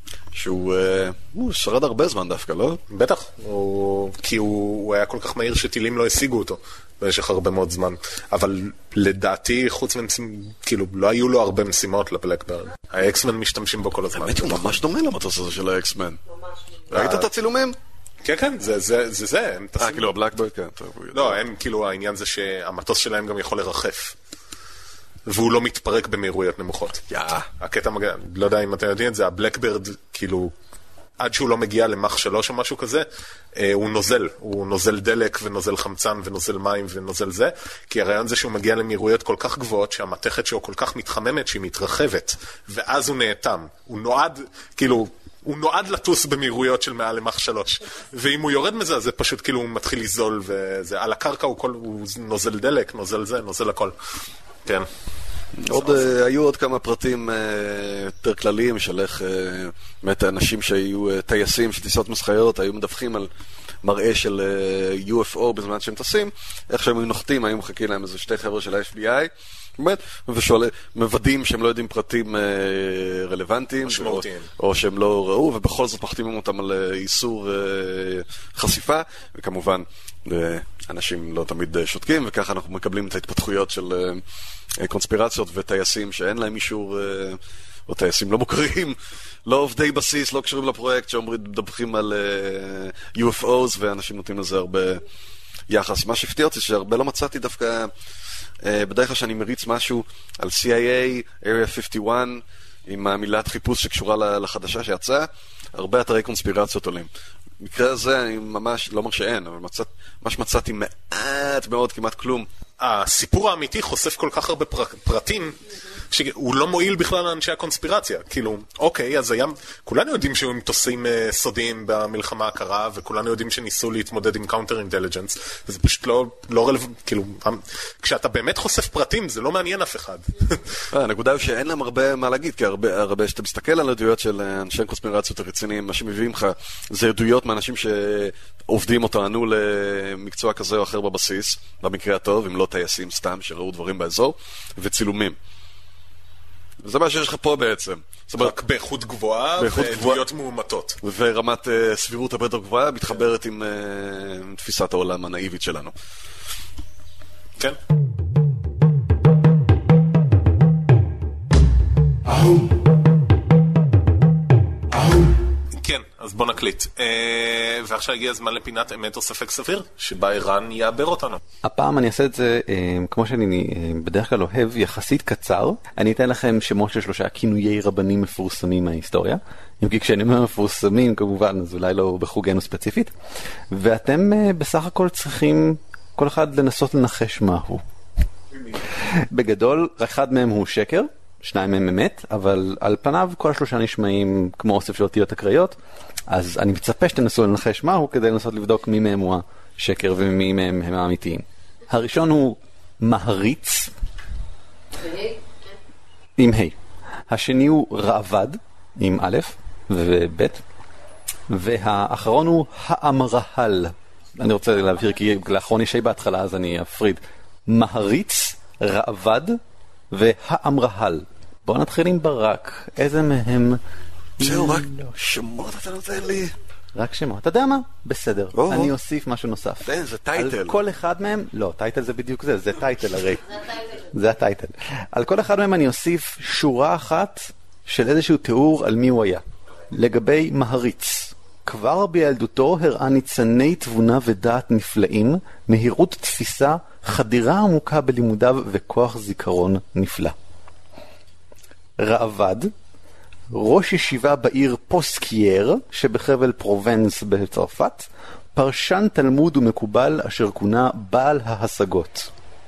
שהוא הוא שרד הרבה זמן דווקא, לא? בטח, הוא, כי הוא, הוא היה כל כך מהיר שטילים לא השיגו אותו במשך הרבה מאוד זמן. אבל לדעתי, חוץ ממשימות, כאילו, לא היו לו הרבה משימות לבלקברד. האקסמן משתמשים בו כל הזמן. האמת הוא ממש דומה למטוס הזה של האקסמן. ראית את הצילומים? כן, כן, זה זה, זה זה. אה, כאילו, הבלקברד, כן. לא, הם, כאילו, העניין זה שהמטוס שלהם גם יכול לרחף. והוא לא מתפרק במהירויות נמוכות. יאה. הקטע מגע, לא יודע אם אתם יודעים את זה, הבלקברד, כאילו, עד שהוא לא מגיע למח שלוש או משהו כזה, אה, הוא נוזל. הוא נוזל דלק ונוזל חמצן ונוזל מים ונוזל זה, כי הרעיון זה שהוא מגיע למהירויות כל כך גבוהות, שהמתכת שלו כל כך מתחממת שהיא מתרחבת, ואז הוא נאטם. הוא נועד, כאילו, הוא נועד לטוס במהירויות של מעל למח שלוש. ואם הוא יורד מזה, זה פשוט כאילו הוא מתחיל לזול, וזה, על הקרקע הוא, כל, הוא נוזל דלק, נוזל זה, נוזל הכל. כן. עוד, uh, היו עוד כמה פרטים uh, יותר כלליים של איך באמת uh, אנשים שהיו uh, טייסים של טיסות מסחריות היו מדווחים על מראה של uh, יו אף או בזמן שהם טסים, איך שהם היו נוחתים, היו מחכים להם איזה שתי חבר'ה של ה-אף בי איי באמת, ומוודאים שהם לא יודעים פרטים uh, רלוונטיים או, או שהם לא ראו, ובכל זאת מחתימים אותם על uh, איסור uh, חשיפה, וכמובן uh, אנשים לא תמיד uh, שותקים, וככה אנחנו מקבלים את ההתפתחויות של uh, קונספירציות וטייסים שאין להם אישור, uh, או טייסים לא מוכרים, לא עובדי בסיס, לא קשורים לפרויקט, שאומרים, מדווחים על uh, יו אף או'ס, ואנשים נותנים לזה הרבה יחס. מה שהפתיע אותי שהרבה לא מצאתי דווקא, uh, בדרך כלל שאני מריץ משהו על סי איי איי, Area חמישים ואחת, עם המילת חיפוש שקשורה לחדשה שיצאה, הרבה אתרי קונספירציות עולים. במקרה הזה אני ממש, לא אומר שאין, אבל מצאת, ממש מצאתי מעט מאוד, כמעט כלום. הסיפור האמיתי חושף כל כך הרבה פר, פרטים, שהוא לא מועיל בכלל לאנשי הקונספירציה. כאילו, אוקיי, אז היה, כולנו יודעים שהיו מטוסים uh, סודיים במלחמה הקרה, וכולנו יודעים שניסו להתמודד עם קאונטר אינטליג'נס, וזה פשוט לא, לא רלוונטי, כאילו, כשאתה באמת חושף פרטים, זה לא מעניין אף אחד. הנקודה הוא שאין להם הרבה מה להגיד, כי הרבה, הרבה שאתה מסתכל על עדויות של אנשי קונספירציות הרציניים, מה שמביאים לך זה עדויות מאנשים שעובדים או טענו למקצוע כזה או אחר בבסיס, במקרה הטוב, אם לא טייסים סתם שראו דברים באזור, וצילומים. וזה מה שיש לך פה בעצם. רק באיכות גבוהה ועדויות מאומתות. ורמת סבירות הרבה יותר גבוהה מתחברת עם תפיסת העולם הנאיבית שלנו. כן. כן, אז בוא נקליט. ועכשיו הגיע הזמן לפינת אמת או ספק סביר, שבה ערן יעבר אותנו. הפעם אני אעשה את זה, כמו שאני בדרך כלל אוהב, יחסית קצר. אני אתן לכם שמות של שלושה כינויי רבנים מפורסמים מההיסטוריה. אם כי כשאני אומר מפורסמים, כמובן, אז אולי לא בחוגנו ספציפית. ואתם בסך הכל צריכים כל אחד לנסות לנחש מהו. בגדול, אחד מהם הוא שקר, שניים מהם אמת, אבל על פניו כל השלושה נשמעים כמו אוסף של אותיות אקראיות, אז אני מצפה שתנסו לנחש מהו כדי לנסות לבדוק מי מהם הוא השקר ומי מהם הם האמיתיים. הראשון הוא מהריץ, עם ה'. השני הוא רעבד, עם א' וב', והאחרון הוא האמרהל. אני רוצה להבהיר כי לאחרון יש ה' בהתחלה, אז אני אפריד. מהריץ, רעבד והאמרהל. בואו נתחיל עם ברק. איזה מהם? זהו, רק שמות אתה נותן לי. רק שמות. אתה יודע מה? בסדר. או. אני אוסיף משהו נוסף. כן, זה טייטל. על כל אחד מהם, לא, טייטל זה בדיוק זה, זה טייטל הרי. זה הטייטל. על כל אחד מהם אני אוסיף שורה אחת של איזשהו תיאור על מי הוא היה. לגבי מהריץ. כבר בילדותו הראה ניצני תבונה ודעת נפלאים, מהירות תפיסה, חדירה עמוקה בלימודיו וכוח זיכרון נפלא. רעבד, ראש ישיבה בעיר פוסקייר שבחבל פרובנס בצרפת, פרשן תלמוד ומקובל אשר כונה בעל ההשגות.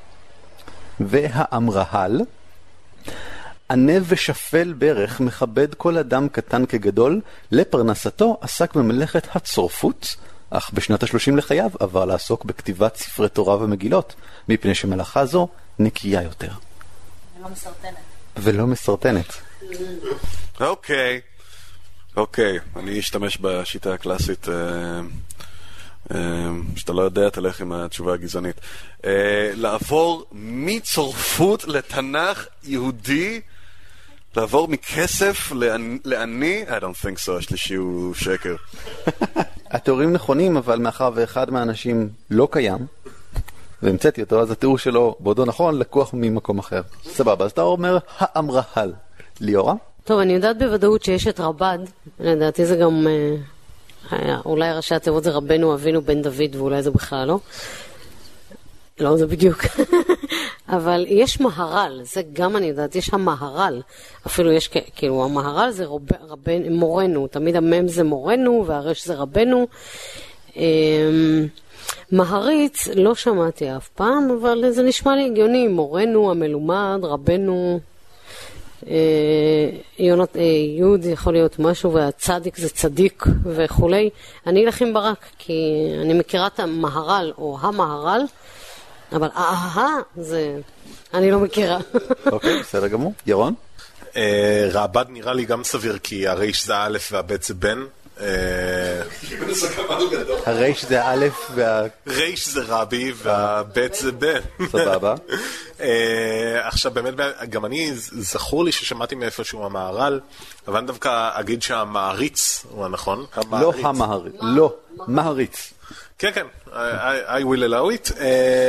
והאמרהל, ענה ושפל ברך, מכבד כל אדם קטן כגדול, לפרנסתו עסק במלאכת הצורפות, אך בשנת השלושים לחייו עבר לעסוק בכתיבת ספרי תורה ומגילות, מפני שמלאכה זו נקייה יותר. ולא מסרטנת. ולא מסרטנת. אוקיי, אוקיי, אני אשתמש בשיטה הקלאסית, שאתה לא יודע, תלך עם התשובה הגזענית. לעבור מצורפות לתנ"ך יהודי, לעבור מכסף לעני, I don't think so, השלישי הוא שקר. התיאורים נכונים, אבל מאחר ואחד מהאנשים לא קיים, והמצאתי אותו, אז התיאור שלו בעודו נכון, לקוח ממקום אחר. סבבה, אז אתה אומר האמרהל. ליאורה? טוב, אני יודעת בוודאות שיש את רבד, לדעתי זה גם, אה, אולי ראשי התיבות זה רבנו אבינו בן דוד, ואולי זה בכלל לא. לא, זה בדיוק. אבל יש מהר"ל, זה גם אני יודעת, יש המהר"ל. אפילו יש, כאילו, המהר"ל זה רב, רבן, מורנו, תמיד המם זה מורנו, והרש זה רבנו. מהריץ, לא שמעתי אף פעם, אבל זה נשמע לי הגיוני, מורנו, המלומד, רבנו, יונות, יוד יכול להיות משהו, והצדיק זה צדיק וכולי. אני אלך עם ברק, כי אני מכירה את המהר"ל או המהר"ל, אבל אהה, זה, אני לא מכירה. אוקיי, בסדר גמור. ירון? רעבד נראה לי גם סביר, כי הרייש זה א' והב' זה בן. הרייש זה א' וה... רייש זה רבי והב' זה בן. סבבה. עכשיו באמת, גם אני, זכור לי ששמעתי מאיפשהו המהר"ל, אבל אני דווקא אגיד שהמעריץ הוא הנכון. לא המהריץ, לא, מהריץ. כן, כן, I will allow it.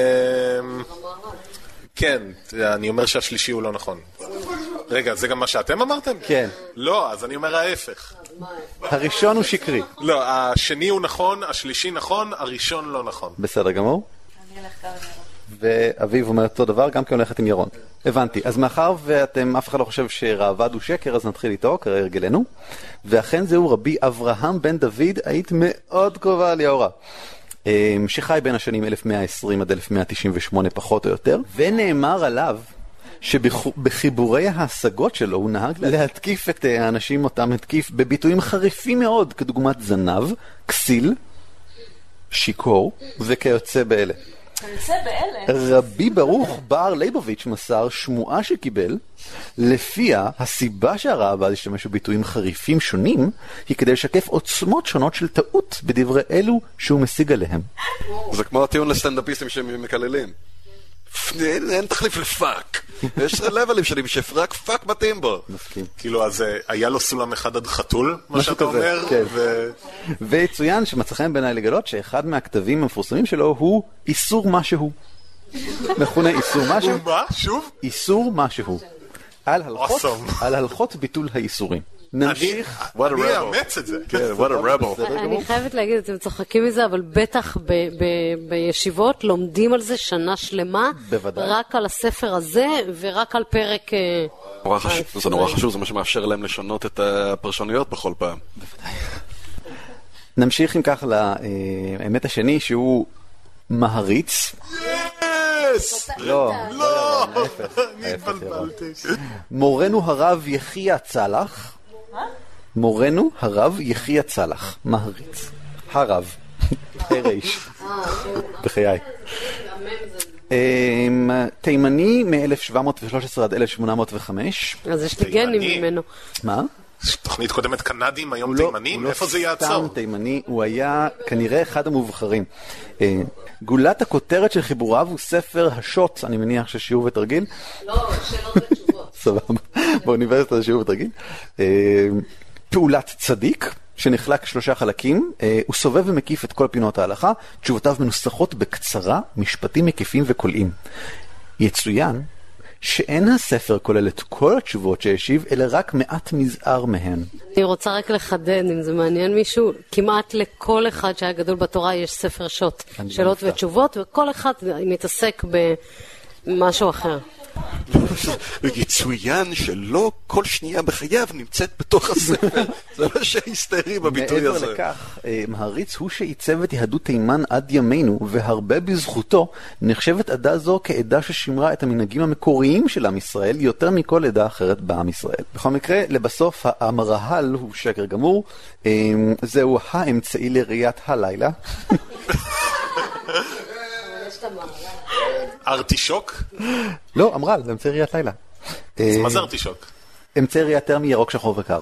כן, אני אומר שהשלישי הוא לא נכון. רגע, זה גם מה שאתם אמרתם? כן. לא, אז אני אומר ההפך. הראשון הוא שקרי. לא, השני הוא נכון, השלישי נכון, הראשון לא נכון. בסדר גמור. אני אלך גם עם ירון. ואביב אומר אותו דבר, גם כן הולכת עם ירון. הבנתי. אז מאחר ואתם, אף אחד לא חושב שרעבד הוא שקר, אז נתחיל איתו, כהרגלנו. ואכן זהו רבי אברהם בן דוד, היית מאוד קרובה ליאורה. שחי בין השנים אלף מאה ועשרים עד אלף מאה תשעים ושמונה פחות או יותר, ונאמר עליו שבחיבורי ההשגות שלו הוא נהג להתקיף את האנשים אותם התקיף בביטויים חריפים מאוד, כדוגמת זנב, כסיל, שיקור וכיוצא באלה. כיוצא באלה? רבי ברוך בר ליבוביץ' מסר שמועה שקיבל, לפיה הסיבה שהרעב"ד השתמש בביטויים חריפים שונים היא כדי לשקף עוצמות שונות של טעות בדברי אלו שהוא משיג עליהם. זה כמו הטיעון לסטנדאפיסטים שהם מקללים. אין תחליף לפאק. יש לבלים שלי שפרק פאק מתאים בו. מסכים. כאילו, אז היה לו סולם אחד עד חתול, מה שאתה אומר. ויצוין שמצא חן בעיניי לגלות שאחד מהכתבים המפורסמים שלו הוא איסור משהו. מכונה איסור משהו. מה? שוב? איסור משהו. על הלכות ביטול האיסורים. נמשיך. אני אאמץ את זה. כן, what a rebel. אני חייבת להגיד, אתם צוחקים מזה, אבל בטח בישיבות לומדים על זה שנה שלמה, רק על הספר הזה ורק על פרק... זה נורא חשוב, זה מה שמאפשר להם לשנות את הפרשנויות בכל פעם. נמשיך אם כך לאמת השני, שהוא מהריץ. יס! לא, לא! אני התבלבלתי. מורנו הרב יחיה צלח. מורנו הרב יחיה צלח. מעריץ. הרב. ריש. בחיי. תימני מ-אלף שבע מאות ושלוש עשרה עד אלף שמונה מאות וחמש. אז יש לי גנים ממנו. מה? תוכנית קודמת קנדים, היום תימנים? איפה זה יעצור? הוא לא סתם תימני, הוא היה כנראה אחד המובחרים. גולת הכותרת של חיבוריו הוא ספר השוט, אני מניח ששיעור ותרגיל. לא, שאלות ותשובות. סבבה, באוניברסיטה שיעור ותרגיל. פעולת צדיק, שנחלק שלושה חלקים, הוא סובב ומקיף את כל פינות ההלכה, תשובותיו מנוסחות בקצרה, משפטים מקיפים וקולעים. יצוין שאין הספר כולל את כל התשובות שהשיב, אלא רק מעט מזער מהן. אני רוצה רק לחדד, אם זה מעניין מישהו, כמעט לכל אחד שהיה גדול בתורה יש ספר שוט, שאלות ותשובות, וכל אחד מתעסק במשהו אחר. יצוין שלא כל שנייה בחייו נמצאת בתוך הספר. זה לא שהיסטרי בביטוי הזה. מעבר לכך, מעריץ הוא שעיצב את יהדות תימן עד ימינו, והרבה בזכותו נחשבת עדה זו כעדה ששימרה את המנהגים המקוריים של עם ישראל יותר מכל עדה אחרת בעם ישראל. בכל מקרה, לבסוף המרהל הוא שקר גמור. זהו האמצעי לראיית הלילה. ארטישוק? לא, אמרל, זה אמצעי ראיית לילה. אז מה זה ארטישוק? אמצעי ראייה יותר מירוק שחור וקר.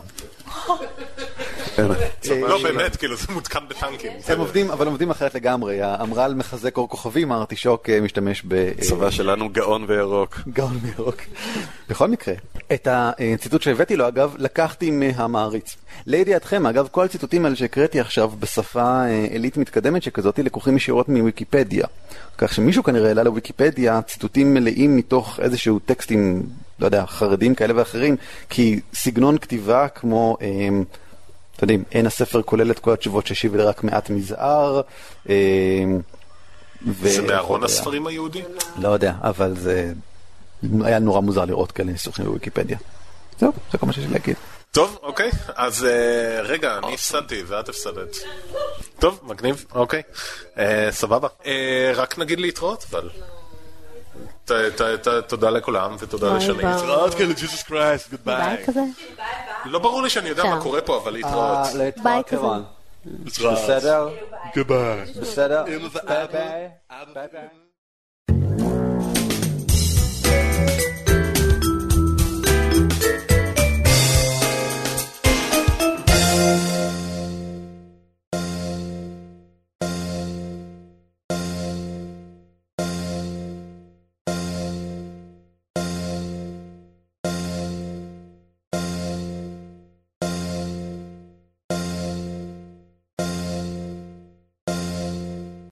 לא באמת, כאילו זה מותקן בטנקים. הם עובדים, אבל עובדים אחרת לגמרי. האמרל מחזק אור כוכבים, הארטישוק משתמש ב... צבא שלנו גאון וירוק. גאון וירוק. בכל מקרה, את הציטוט שהבאתי לו, אגב, לקחתי מהמעריץ. לידיעתכם, אגב, כל הציטוטים האלה שהקראתי עכשיו בשפה אלית מתקדמת שכזאת, לקוחים משיעורות מוויקיפדיה. כך שמישהו כנראה העלה לוויקיפדיה ציטוטים מלאים מתוך איזשהו טקסטים, לא יודע, חרדים כאלה ואחרים, כי סגנון כתיבה כמו... אתם יודעים, אין הספר כולל את כל התשובות שהשיב אלא רק מעט מזער. זה בארון הספרים היהודי? לא יודע, אבל זה היה נורא מוזר לראות כאלה ניסוחים בוויקיפדיה. זהו, זה כל מה שיש להגיד. טוב, אוקיי. אז רגע, אני הפסדתי ואת הפסדת. טוב, מגניב, אוקיי. סבבה. רק נגיד להתראות, אבל... תודה לכולם ותודה לשני. להתראות כאלה, ג'יסוס קרייסט, גודביי. ביי כזה. לא ברור לי שאני יודע מה קורה פה, אבל להתראות. ביי כזה. בסדר? גודביי. בסדר? ביי ביי. ביי ביי.